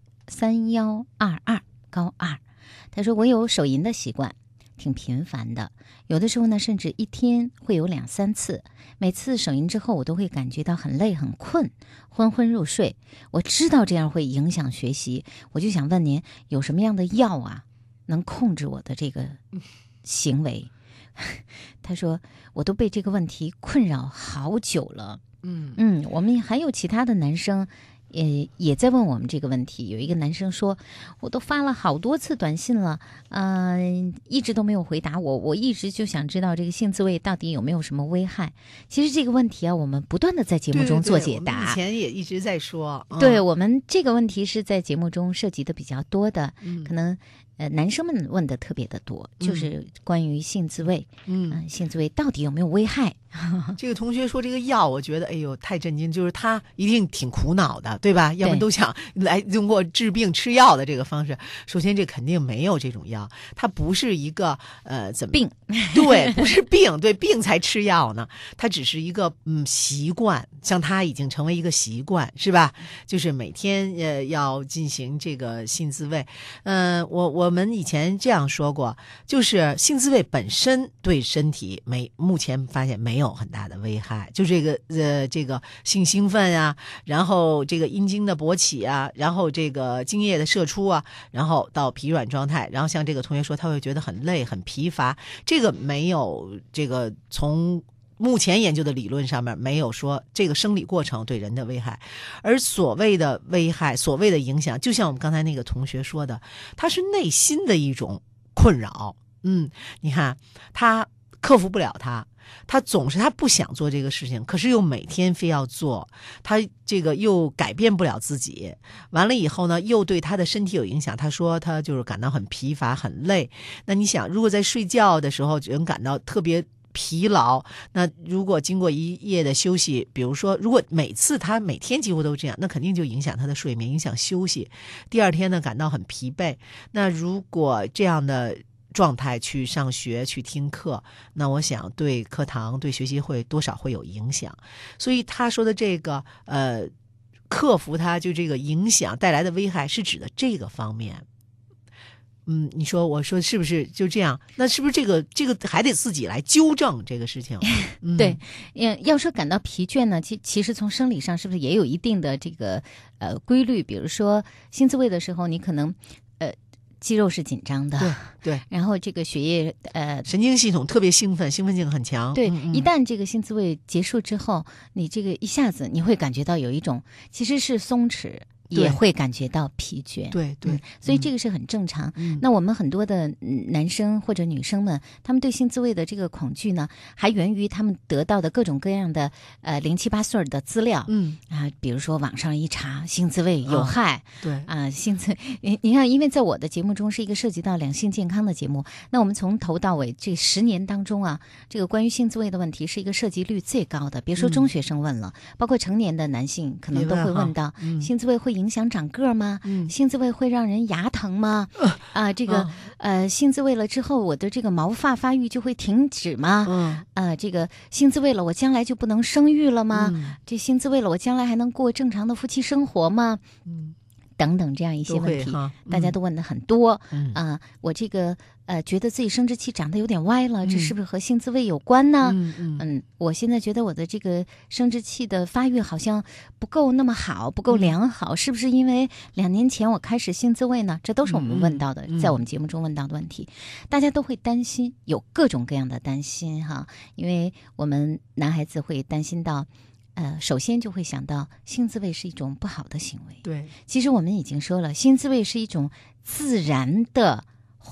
A: 高2，他说我有手淫的习惯。挺频繁的，有的时候呢，甚至一天会有2-3次。每次手淫之后，我都会感觉到很累、很困，昏昏入睡。我知道这样会影响学习，我就想问您，有什么样的药啊，能控制我的这个行为？他说，我都被这个问题困扰好久了。我们还有其他的男生。也在问我们这个问题。有一个男生说，我都发了好多次短信了，一直都没有回答我。我一直就想知道这个性自慰到底有没有什么危害。其实这个问题啊，我们不断的在节目中做解答。
B: 我们以前也一直在说。
A: 对，我们这个问题是在节目中涉及的比较多的，可能男生们问的特别的多，就是关于性自慰。性自慰到底有没有危害？
B: 这个同学说这个药，我觉得哎呦太震惊，就是他一定挺苦恼的，对吧？要么都想来通过治病吃药的这个方式。首先，这肯定没有这种药，它不是一个怎么
A: 病？
B: 对，不是病，对病才吃药呢。它只是一个习惯，像他已经成为一个习惯，是吧？就是每天要进行这个性自慰。我们以前这样说过，就是性自慰本身对身体目前发现没有很大的危害，就这个性兴奋啊，然后这个阴茎的勃起啊，然后这个精液的射出啊，然后到疲软状态，然后像这个同学说他会觉得很累很疲乏，这个没有这个从目前研究的理论上面没有说这个生理过程对人的危害。而所谓的危害，所谓的影响，就像我们刚才那个同学说的，它是内心的一种困扰。你看他克服不了他总是他不想做这个事情，可是又每天非要做，他这个又改变不了自己，完了以后呢，又对他的身体有影响。他说他就是感到很疲乏很累。那你想，如果在睡觉的时候人感到特别疲劳，那如果经过一夜的休息，比如说如果他每天几乎都这样，那肯定就影响他的睡眠，影响休息。第二天呢感到很疲惫，那如果这样的状态去上学去听课，那我想对课堂对学习会多少会有影响。所以他说的这个克服它就这个影响带来的危害是指的这个方面。你说我说是不是就这样？那是不是这个还得自己来纠正这个事情？
A: 对，要说感到疲倦呢，其实从生理上是不是也有一定的这个规律？比如说性自慰的时候，你可能肌肉是紧张的，
B: 对，
A: 然后这个血液
B: 神经系统特别兴奋性很强。
A: 对，一旦这个性自慰结束之后，你这个一下子你会感觉到有一种其实是松弛。也会感觉到疲倦，
B: 对，
A: 所以这个是很正常。那我们很多的男生或者女生们，他们对性自慰的这个恐惧呢，还源于他们得到的各种各样的零七八碎的资料，比如说网上一查性自慰有害，
B: 对
A: 性自你看，因为在我的节目中是一个涉及到两性健康的节目，那我们从头到尾这10年当中啊，这个关于性自慰的问题是一个涉及率最高的。别说中学生问了，包括成年的男性可能都会问到，性自慰会影响长个吗？性自慰会让人牙疼吗？性自慰了之后，我的这个毛发发育就会停止吗？这个性自慰了，我将来就不能生育了吗？这性自慰了，我将来还能过正常的夫妻生活吗？等等这样一些问题，大家都问的很多。我这个觉得自己生殖器长得有点歪了，这是不是和性自慰有关呢？我现在觉得我的这个生殖器的发育好像不够那么好，不够良好，是不是因为2年前我开始性自慰呢？这都是我们问到的，在我们节目中问到的问题，大家都会担心，有各种各样的担心哈，因为我们男孩子会担心到。首先就会想到性自慰是一种不好的行为。
B: 对，
A: 其实我们已经说了，性自慰是一种自然的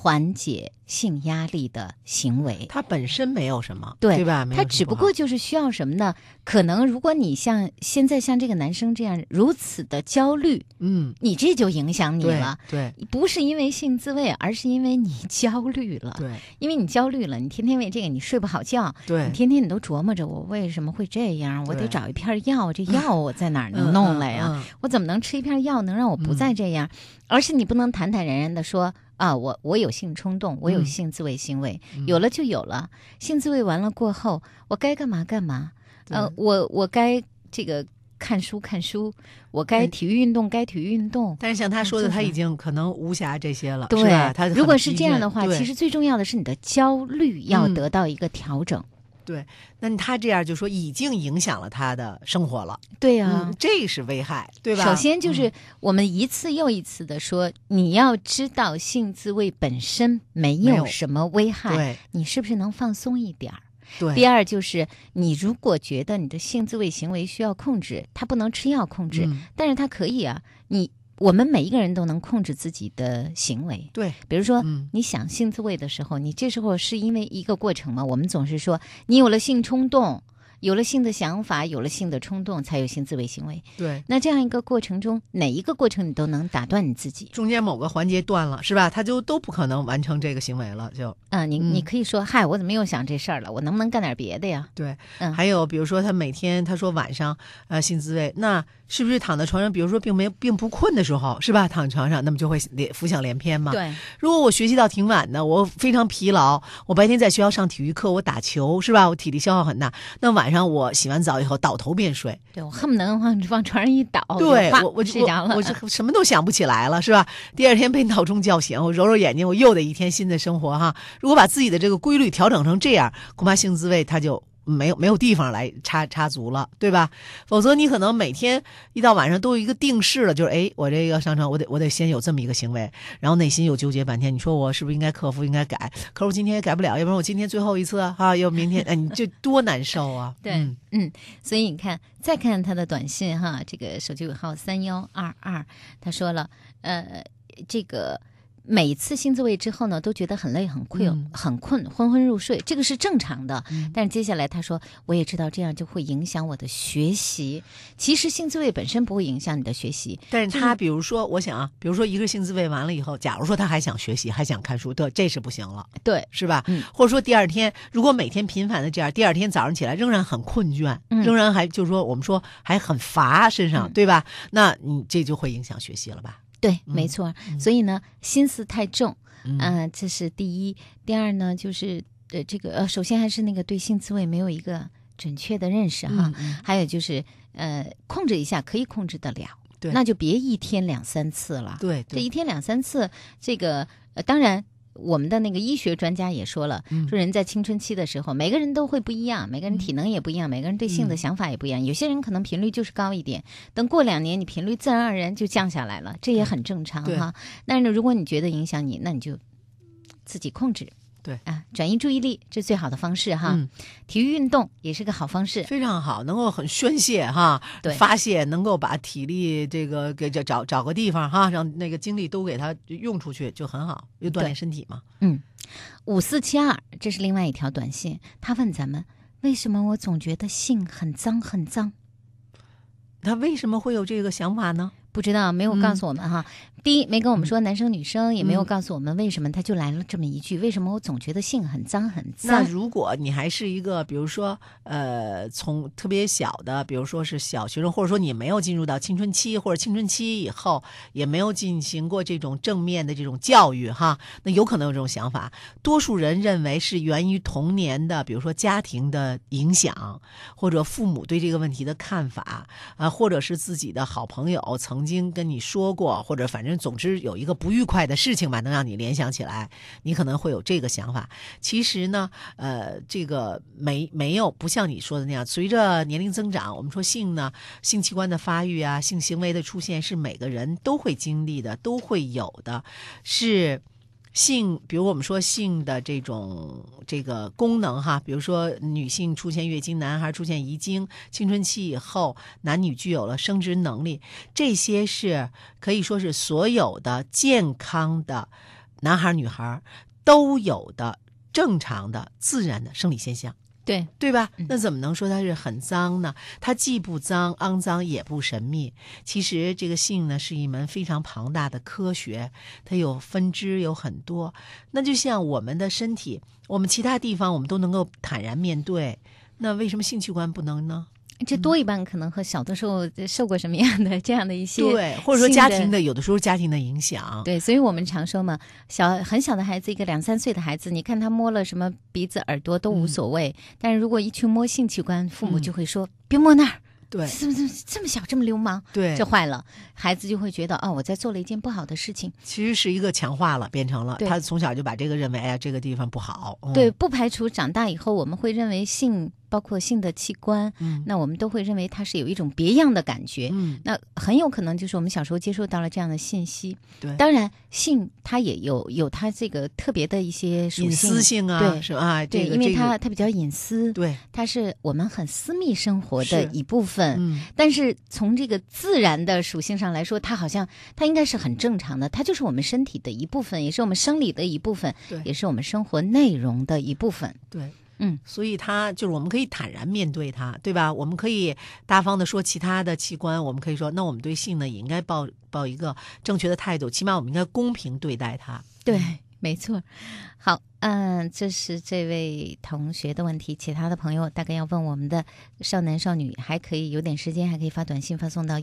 A: 缓解性压力的行为。
B: 它本身没有什么，
A: 对
B: 吧？没有什么
A: 它只不过就是需要什么呢？可能如果你像现在像这个男生这样如此的焦虑，你这就影响你了。
B: 对，
A: 不是因为性自慰，而是因为你焦虑了。
B: 对，
A: 因为你焦虑了，你天天为这个你睡不好觉，
B: 对，
A: 你天天你都琢磨着我为什么会这样，我得找一片药，这药我在哪儿能弄来呀？我怎么能吃一片药能让我不再这样？而是你不能坦坦然然的说啊，我有性冲动，我有性自慰行为，有了就有了。性自慰完了过后，我该干嘛干嘛。我该这个看书，我该体育运动，该体育运动。
B: 但是像他说的，他已经可能无暇这些了，
A: 对，
B: 是吧？他
A: 如果是这样的话，其实最重要的是你的焦虑要得到一个调整。
B: 对，那他这样就说已经影响了他的生活了。
A: 对啊，
B: 这是危害，对吧？
A: 首先就是我们一次又一次的说，你要知道性自慰本身没有什么危害，
B: 对，
A: 你是不是能放松一点儿？
B: 对。
A: 第二就是你如果觉得你的性自慰行为需要控制，它不能吃药控制，但是它可以啊，我们每一个人都能控制自己的行为。
B: 对，
A: 比如说，你想性自慰的时候，你这时候是因为一个过程吗？我们总是说，你有了性冲动，有了性的想法，有了性的冲动，才有性自慰行为。
B: 对，
A: 那这样一个过程中，哪一个过程你都能打断你自己，
B: 中间某个环节断了，是吧？他就都不可能完成这个行为了，就
A: 你可以说，嗨，我怎么又想这事儿了？我能不能干点别的呀？
B: 对，还有比如说他每天他说晚上性自慰，那是不是躺在床上，比如说并不困的时候，是吧？躺床上，那么就会浮想联翩嘛。
A: 对，
B: 如果我学习到挺晚的，我非常疲劳，我白天在学校上体育课，我打球，是吧？我体力消耗很大，那晚上我洗完澡以后倒头便睡。
A: 对，我恨不能往床上一倒，
B: 对，我
A: 睡着了，
B: 我什么都想不起来了，是吧？第二天被闹钟叫醒，我揉揉眼睛，我又得一天新的生活哈。如果把自己的这个规律调整成这样，恐怕性自慰它就没有地方来插足了，对吧？否则你可能每天一到晚上都有一个定式了，就是我这个上床，我得先有这么一个行为，然后内心又纠结半天。你说我是不是应该克服，应该改？可是我今天也改不了，要不然我今天最后一次哈，要明天你这多难受啊！
A: 对，所以你看，再看他的短信哈，这个手机尾号3122，他说了，这个。每次性自慰之后呢，都觉得很累、很困、昏昏入睡，这个是正常的。但是接下来他说，我也知道这样就会影响我的学习。其实性自慰本身不会影响你的学习，
B: 但是他比如说，我想比如说一个性自慰完了以后，假如说他还想学习，还想看书，这是不行了，
A: 对，
B: 是吧？或者说第二天，如果每天频繁的这样，第二天早上起来仍然很困倦，仍然还就是说我们说还很乏身上，对吧？那你这就会影响学习了吧？
A: 对，没错。所以呢，心思太重，这是第一。第二呢，就是这个首先还是那个对性自慰没有一个准确的认识哈。还有就是控制一下可以控制得了，
B: 对，
A: 那就别一天两三次了。
B: 对，
A: 这一天两三次，这个当然。我们的那个医学专家也说了，说人在青春期的时候，每个人都会不一样，每个人体能也不一样，每个人对性的想法也不一样。有些人可能频率就是高一点，等过2年，你频率自然而然就降下来了，这也很正常哈。但是呢，如果你觉得影响你，那你就自己控制。
B: 对
A: 转移注意力，这是最好的方式哈。体育运动也是个好方式，
B: 非常好，能够很宣泄哈，
A: 对，
B: 发泄，能够把体力这个给找个地方哈，让那个精力都给它用出去，就很好，又锻炼身体嘛。
A: 5472，这是另外一条短信，他问咱们为什么我总觉得性很脏很脏？
B: 他为什么会有这个想法呢？
A: 不知道，没有告诉我们哈。第一，没跟我们说男生女生，也没有告诉我们为什么，他就来了这么一句：为什么我总觉得性很脏很脏？
B: 那如果你还是一个，比如说从特别小的，比如说是小学生，或者说你没有进入到青春期，或者青春期以后也没有进行过这种正面的这种教育哈，那有可能有这种想法。多数人认为是源于童年的，比如说家庭的影响，或者父母对这个问题的看法或者是自己的好朋友曾经跟你说过，或者反正总之有一个不愉快的事情吧，能让你联想起来，你可能会有这个想法。其实呢，这个没有不像你说的那样，随着年龄增长，我们说性呢，性器官的发育啊，性行为的出现是每个人都会经历的，都会有的，是。性，比如我们说性的这个功能哈，比如说女性出现月经，男孩出现遗精，青春期以后男女具有了生殖能力，这些是可以说是所有的健康的男孩女孩都有的正常的自然的生理现象，对吧？那怎么能说它是很脏呢？它既不脏、肮脏，也不神秘。其实这个性呢是一门非常庞大的科学，它有分支有很多。那就像我们的身体，我们其他地方我们都能够坦然面对，那为什么性器官不能呢？
A: 这多一半可能和小的时候受过什么样的这样的一些
B: 对，或者说家庭的有的时候家庭的影响。
A: 对，所以我们常说嘛，很小的孩子，一个2、3岁的孩子，你看他摸了什么鼻子、耳朵都无所谓，但是如果一去摸性器官，父母就会说、别摸那儿。
B: 对，
A: 怎么这么小这么流氓？
B: 对，
A: 这坏了，孩子就会觉得我在做了一件不好的事情。
B: 其实是一个强化了，变成了他从小就把这个认为，哎呀，这个地方不好。
A: 对，不排除长大以后我们会认为性，包括性的器官，那我们都会认为它是有一种别样的感觉。那很有可能就是我们小时候接受到了这样的信息。
B: 对，
A: 当然性它也有它这个特别的一些属性，
B: 隐私性啊，
A: 对，
B: 是吧？
A: 对，因为它比较隐私，
B: 对，
A: 它是我们很私密生活的一部分。但是从这个自然的属性上来说，它应该是很正常的，它就是我们身体的一部分，也是我们生理的一部分，也是我们生活内容的一部分。
B: 对。所以它就是我们可以坦然面对它，对吧？我们可以大方的说其他的器官，我们可以说，那我们对性呢也应该抱一个正确的态度，起码我们应该公平对待它。
A: 对，没错。好，这是这位同学的问题，其他的朋友大概要问我们的少男少女，还可以有点时间，还可以发短信发送到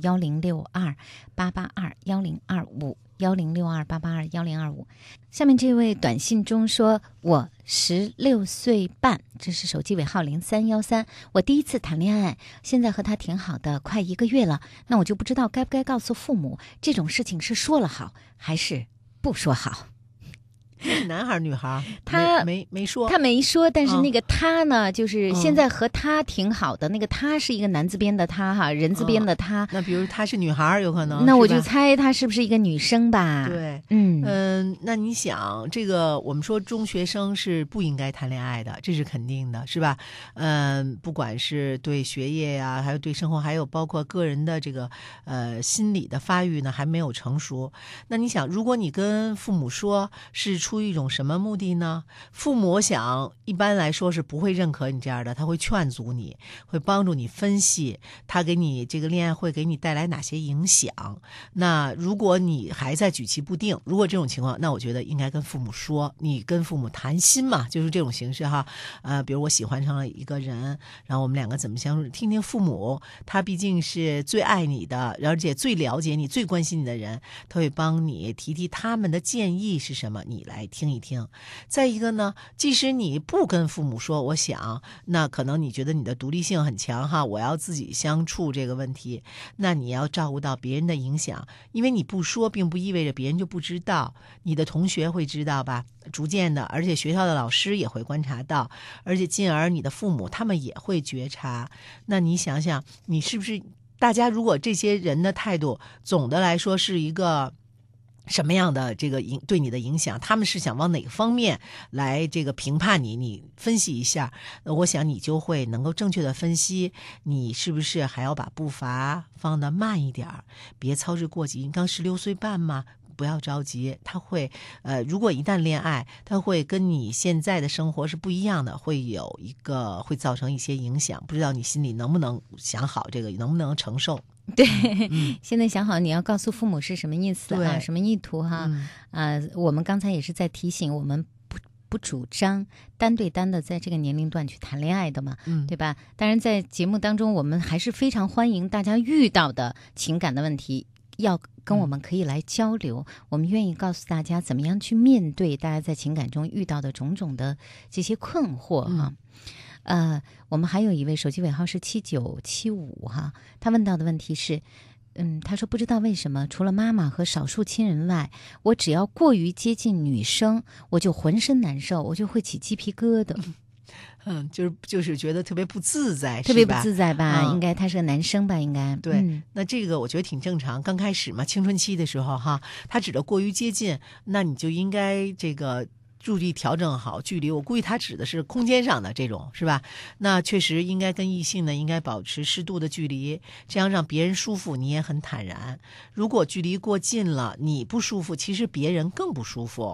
A: 1062-882-1025。1062-882-1025。下面这位短信中说，我16岁半，这是手机尾号0313，我第一次谈恋爱，现在和他挺好的，快1个月了，那我就不知道该不该告诉父母，这种事情是说了好还是不说好。
B: 男孩女孩？
A: 他
B: 没说，
A: 他没说，但是那个他呢，就是现在和他挺好的，那个他是一个男字边的他哈，人字边的他。
B: 那比如他是女孩，有可能。
A: 那我就猜他是不是一个女生吧？
B: 对，那你想，这个我们说中学生是不应该谈恋爱的，这是肯定的，是吧？不管是对学业呀，还有对生活，还有包括个人的这个心理的发育呢，还没有成熟。那你想，如果你跟父母说，是出于一种什么目的呢？父母我想一般来说是不会认可你这样的，他会劝阻你，会帮助你分析他给你这个恋爱会给你带来哪些影响。那如果你还在举棋不定，如果这种情况，那我觉得应该跟父母说，你跟父母谈心嘛，就是这种形式哈。比如我喜欢上了一个人，然后我们两个怎么相处，听听父母，他毕竟是最爱你的，而且最了解你、最关心你的人，他会帮你提他们的建议是什么，你来听一听。再一个呢，即使你不跟父母说，我想那可能你觉得你的独立性很强哈，我要自己相处这个问题，那你要照顾到别人的影响，因为你不说并不意味着别人就不知道，你的同学会知道吧，逐渐的，而且学校的老师也会观察到，而且进而你的父母他们也会觉察。那你想想，你是不是大家如果这些人的态度总的来说是一个什么样的这个对你的影响，他们是想往哪个方面来这个评判你，你分析一下，我想你就会能够正确的分析，你是不是还要把步伐放得慢一点，别操之过急。你刚16岁半嘛，不要着急，他会如果一旦恋爱，他会跟你现在的生活是不一样的，会造成一些影响，不知道你心里能不能想好这个，能不能承受。
A: 对，现在想好你要告诉父母是什么意思啊，什么意图哈。我们刚才也是在提醒，我们不主张单对单的在这个年龄段去谈恋爱的嘛，对吧？当然在节目当中，我们还是非常欢迎大家遇到的情感的问题要跟我们可以来交流，我们愿意告诉大家怎么样去面对大家在情感中遇到的种种的这些困惑哈。我们还有一位手机尾号是7975哈，他问到的问题是，他说不知道为什么除了妈妈和少数亲人外，我只要过于接近女生，我就浑身难受，我就会起鸡皮疙瘩。
B: 就是觉得特别不自在，
A: 特别不自在吧？应该他是个男生吧？应该
B: 对。那这个我觉得挺正常，刚开始嘛，青春期的时候哈，他指的过于接近，那你就应该这个注意调整好距离。我估计他指的是空间上的这种，是吧？那确实应该跟异性呢应该保持适度的距离，这样让别人舒服，你也很坦然。如果距离过近了，你不舒服，其实别人更不舒服。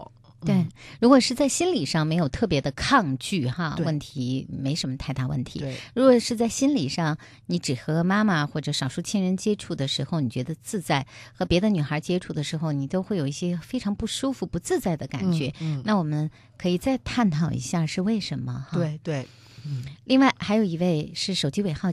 A: 对，如果是在心理上没有特别的抗拒哈，
B: 对
A: 问题没什么太大问题。
B: 对，
A: 如果是在心理上，你只和妈妈或者少数亲人接触的时候，你觉得自在；和别的女孩接触的时候，你都会有一些非常不舒服、不自在的感觉。那我们可以再探讨一下是为什么哈。
B: 对对。
A: 另外还有一位是手机尾号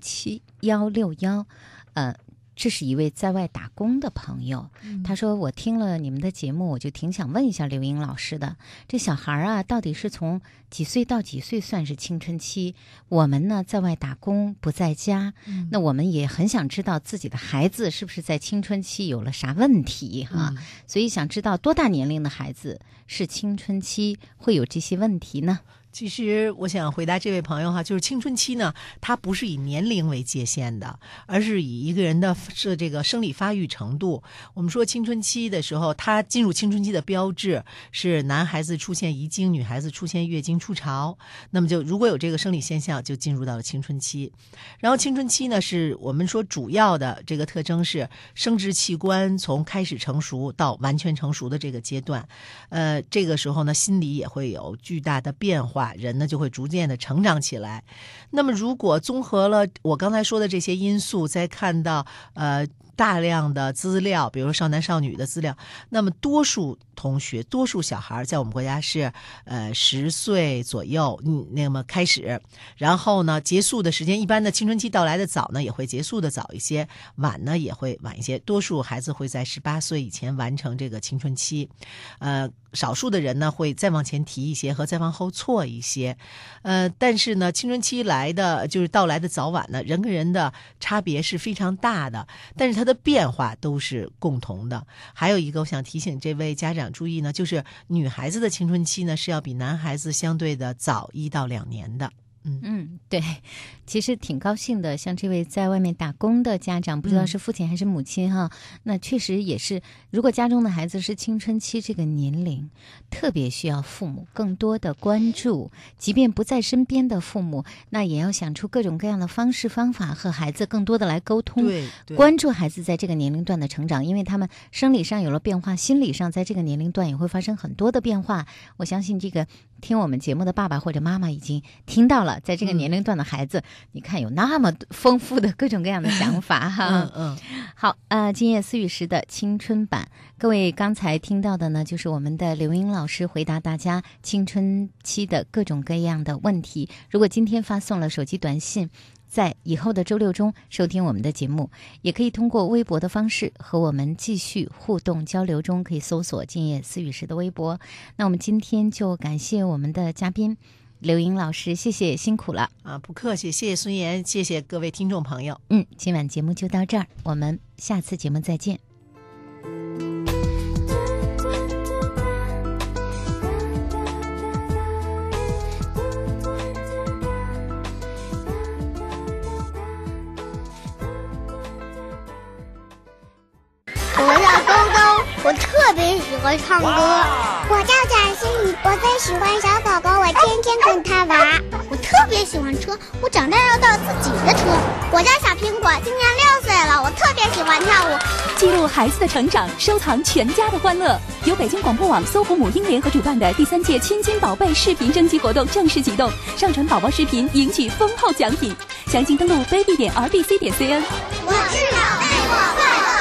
A: 7161，这是一位在外打工的朋友，他说我听了你们的节目，我就挺想问一下刘英老师的，这小孩啊到底是从几岁到几岁算是青春期？我们呢在外打工不在家，那我们也很想知道自己的孩子是不是在青春期有了啥问题哈，所以想知道多大年龄的孩子是青春期会有这些问题呢？
B: 其实我想回答这位朋友哈，就是青春期呢，它不是以年龄为界限的，而是以一个人的这个生理发育程度。我们说青春期的时候，他进入青春期的标志是男孩子出现遗精，女孩子出现月经初潮。那么就如果有这个生理现象，就进入到了青春期。然后青春期呢，是我们说主要的这个特征是生殖器官从开始成熟到完全成熟的这个阶段。这个时候呢，心理也会有巨大的变化。人呢就会逐渐的成长起来。那么如果综合了我刚才说的这些因素，再看到大量的资料，比如说少男少女的资料，那么多数同学、多数小孩在我们国家是10岁左右，那么开始，然后呢结束的时间，一般的青春期到来的早呢，也会结束的早一些，晚呢也会晚一些。多数孩子会在18岁以前完成这个青春期，少数的人呢会再往前提一些和再往后错一些，但是呢青春期来的就是到来的早晚呢，人跟人的差别是非常大的，但是它的变化都是共同的。还有一个我想提醒这位家长注意呢，就是女孩子的青春期呢是要比男孩子相对的早1到2年的。
A: 对，其实挺高兴的。像这位在外面打工的家长，不知道是父亲还是母亲哈，那确实也是，如果家中的孩子是青春期这个年龄，特别需要父母更多的关注，即便不在身边的父母，那也要想出各种各样的方式方法和孩子更多的来沟通，
B: 对，
A: 关注孩子在这个年龄段的成长，因为他们生理上有了变化，心理上在这个年龄段也会发生很多的变化。我相信这个听我们节目的爸爸或者妈妈已经听到了，在这个年龄段的孩子，你看有那么丰富的各种各样的想法哈。好，今夜思雨时的青春版，各位刚才听到的呢，就是我们的刘英老师回答大家青春期的各种各样的问题。如果今天发送了手机短信，在以后的周6中收听我们的节目，也可以通过微博的方式和我们继续互动交流中，可以搜索今夜思雨时的微博。那我们今天就感谢我们的嘉宾刘英老师，谢谢，辛苦了
B: 啊！不客气，谢谢孙岩，谢谢各位听众朋友。
A: 今晚节目就到这儿，我们下次节目再见。
D: 我叫高高，我特别喜欢唱歌。
E: 我叫贾欣怡，我最喜欢小狗狗，我天天跟它玩。
D: 我特别喜欢车，我长大要造自己的车。
E: 我叫小苹果，今年6岁了，我特别喜欢跳舞。
F: 记录孩子的成长，收藏全家的欢乐。由北京广播网、搜狐母婴联合主办的第3届千金宝贝视频征集活动正式启动，上传宝宝视频赢取丰厚奖品。详情登录 baby.rbc.cn。
E: 我是宝贝，我快乐。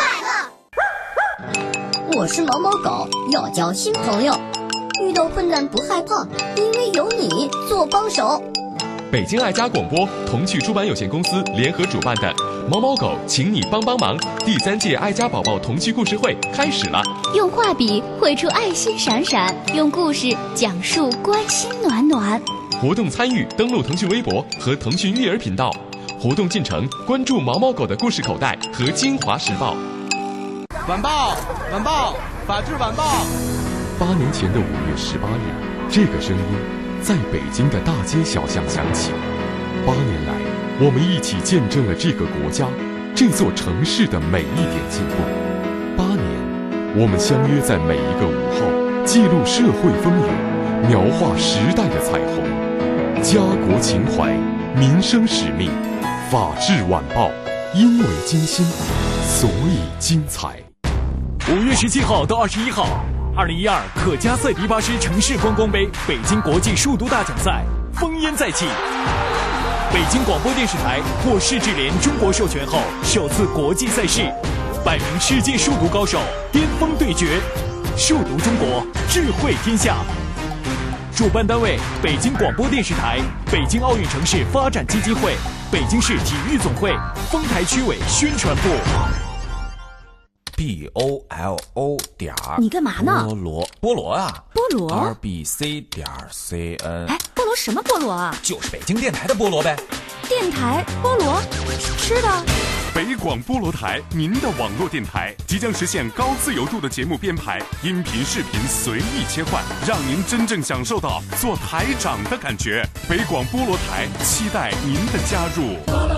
G: 我是毛毛狗，要交新朋友，遇到困难不害怕，因为有你做帮手。
H: 北京爱家广播童趣出版有限公司联合主办的毛毛狗请你帮帮忙第3届爱家宝宝童趣故事会开始了。
I: 用画笔绘出爱心闪闪，用故事讲述关心暖暖。
H: 活动参与登录腾讯微博和腾讯育儿频道，活动进程关注毛毛狗的故事口袋和金华时报。
J: 晚报，晚报，法制晚报。
H: 8年前的5月18日，这个声音在北京的大街小巷响起。8年来，我们一起见证了这个国家、这座城市的每一点进步。8年，我们相约在每一个午后，记录社会风雨，描画时代的彩虹。家国情怀，民生使命，法制晚报，因为精心，所以精彩。
K: 5月17号到21号， 2012可加赛迪巴什城市观光杯北京国际数独大奖赛烽烟再起。北京广播电视台获世智联中国授权后，首次国际赛事，100名世界数独高手巅峰对决，数独中国，智慧天下。主办单位：北京广播电视台、北京奥运城市发展基金会、北京市体育总会、丰台区委宣传部。
L: BOLO 点。
F: 你干嘛呢？
L: 菠萝啊！
F: 菠萝。
L: RBC.CN。
F: 哎，菠萝什么菠萝啊？
L: 就是北京电台的菠萝呗。
F: 电台菠萝，吃的。
M: 北广菠萝台，您的网络电台，即将实现高自由度的节目编排，音频、视频随意切换，让您真正享受到做台长的感觉。北广菠萝台，期待您的加入。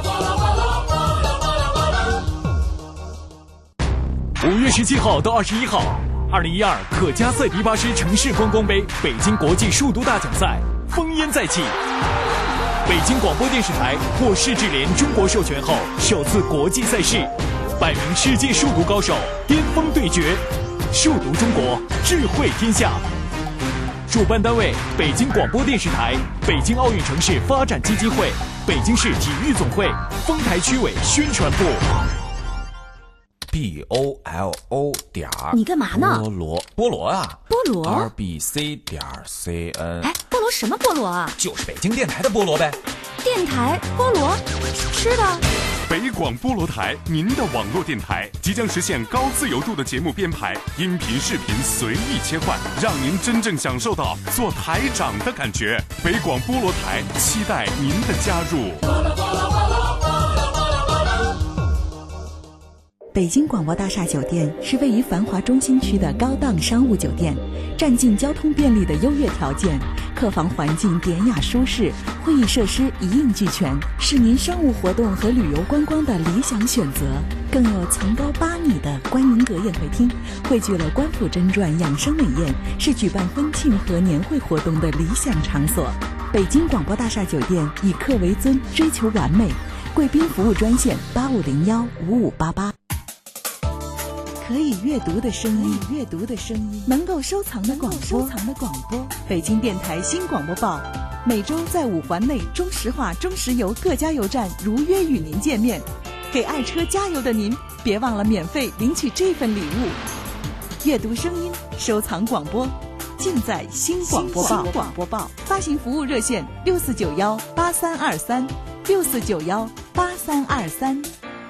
K: 5月17号到21号，2012可加赛迪巴什城市观光杯北京国际数独大奖赛烽烟再起。北京广播电视台获世智联中国授权后，首次国际赛事，100名世界数独高手巅峰对决，数独中国，智慧天下。主办单位：北京广播电视台、北京奥运城市发展基金会、北京市体育总会、丰台区委宣传部。
L: BOLO 点。
F: 你干嘛呢？
L: 菠萝啊！
F: 菠萝。
L: RBC.CN。
F: 哎，菠萝什么菠萝啊？
L: 就是北京电台的菠萝呗。
F: 电台菠萝，吃的。
M: 北广菠萝台，您的网络电台，即将实现高自由度的节目编排，音频、视频随意切换，让您真正享受到做台长的感觉。北广菠萝台，期待您的加入。
N: 北京广播大厦酒店是位于繁华中心区的高档商务酒店，占尽交通便利的优越条件，客房环境典雅舒适，会议设施一应俱全，是您商务活动和旅游观光的理想选择。更有层高8米的观迎阁宴会厅，汇聚了官府真传养生美宴，是举办婚庆和年会活动的理想场所。北京广播大厦酒店以客为尊，追求完美。贵宾服务专线85015588。可以阅读的声音，能够收藏的广播，北京电台新广播报，每周在5环内中石化、中石油各加油站如约与您见面。给爱车加油的您，别忘了免费领取这份礼物。阅读声音，收藏广播，尽在新广播报。发行服务热线64918323，64918323。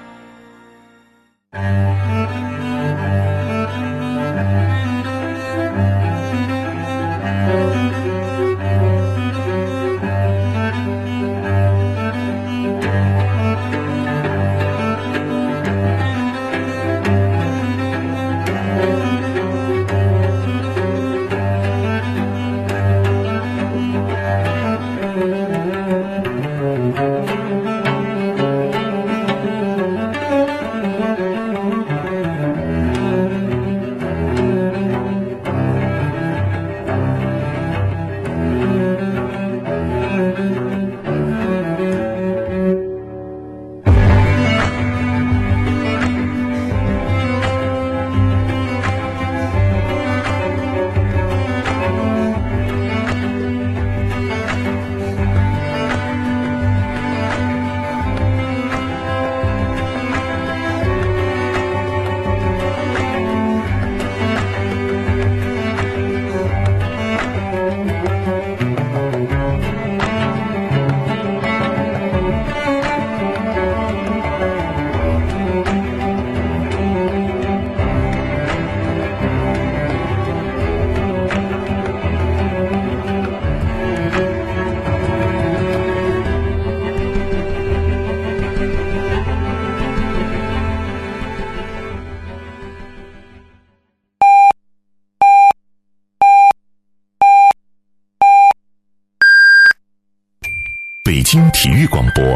O: 北京体育广播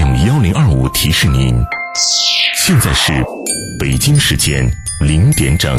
O: FM1025提示您，现在是北京时间0点整。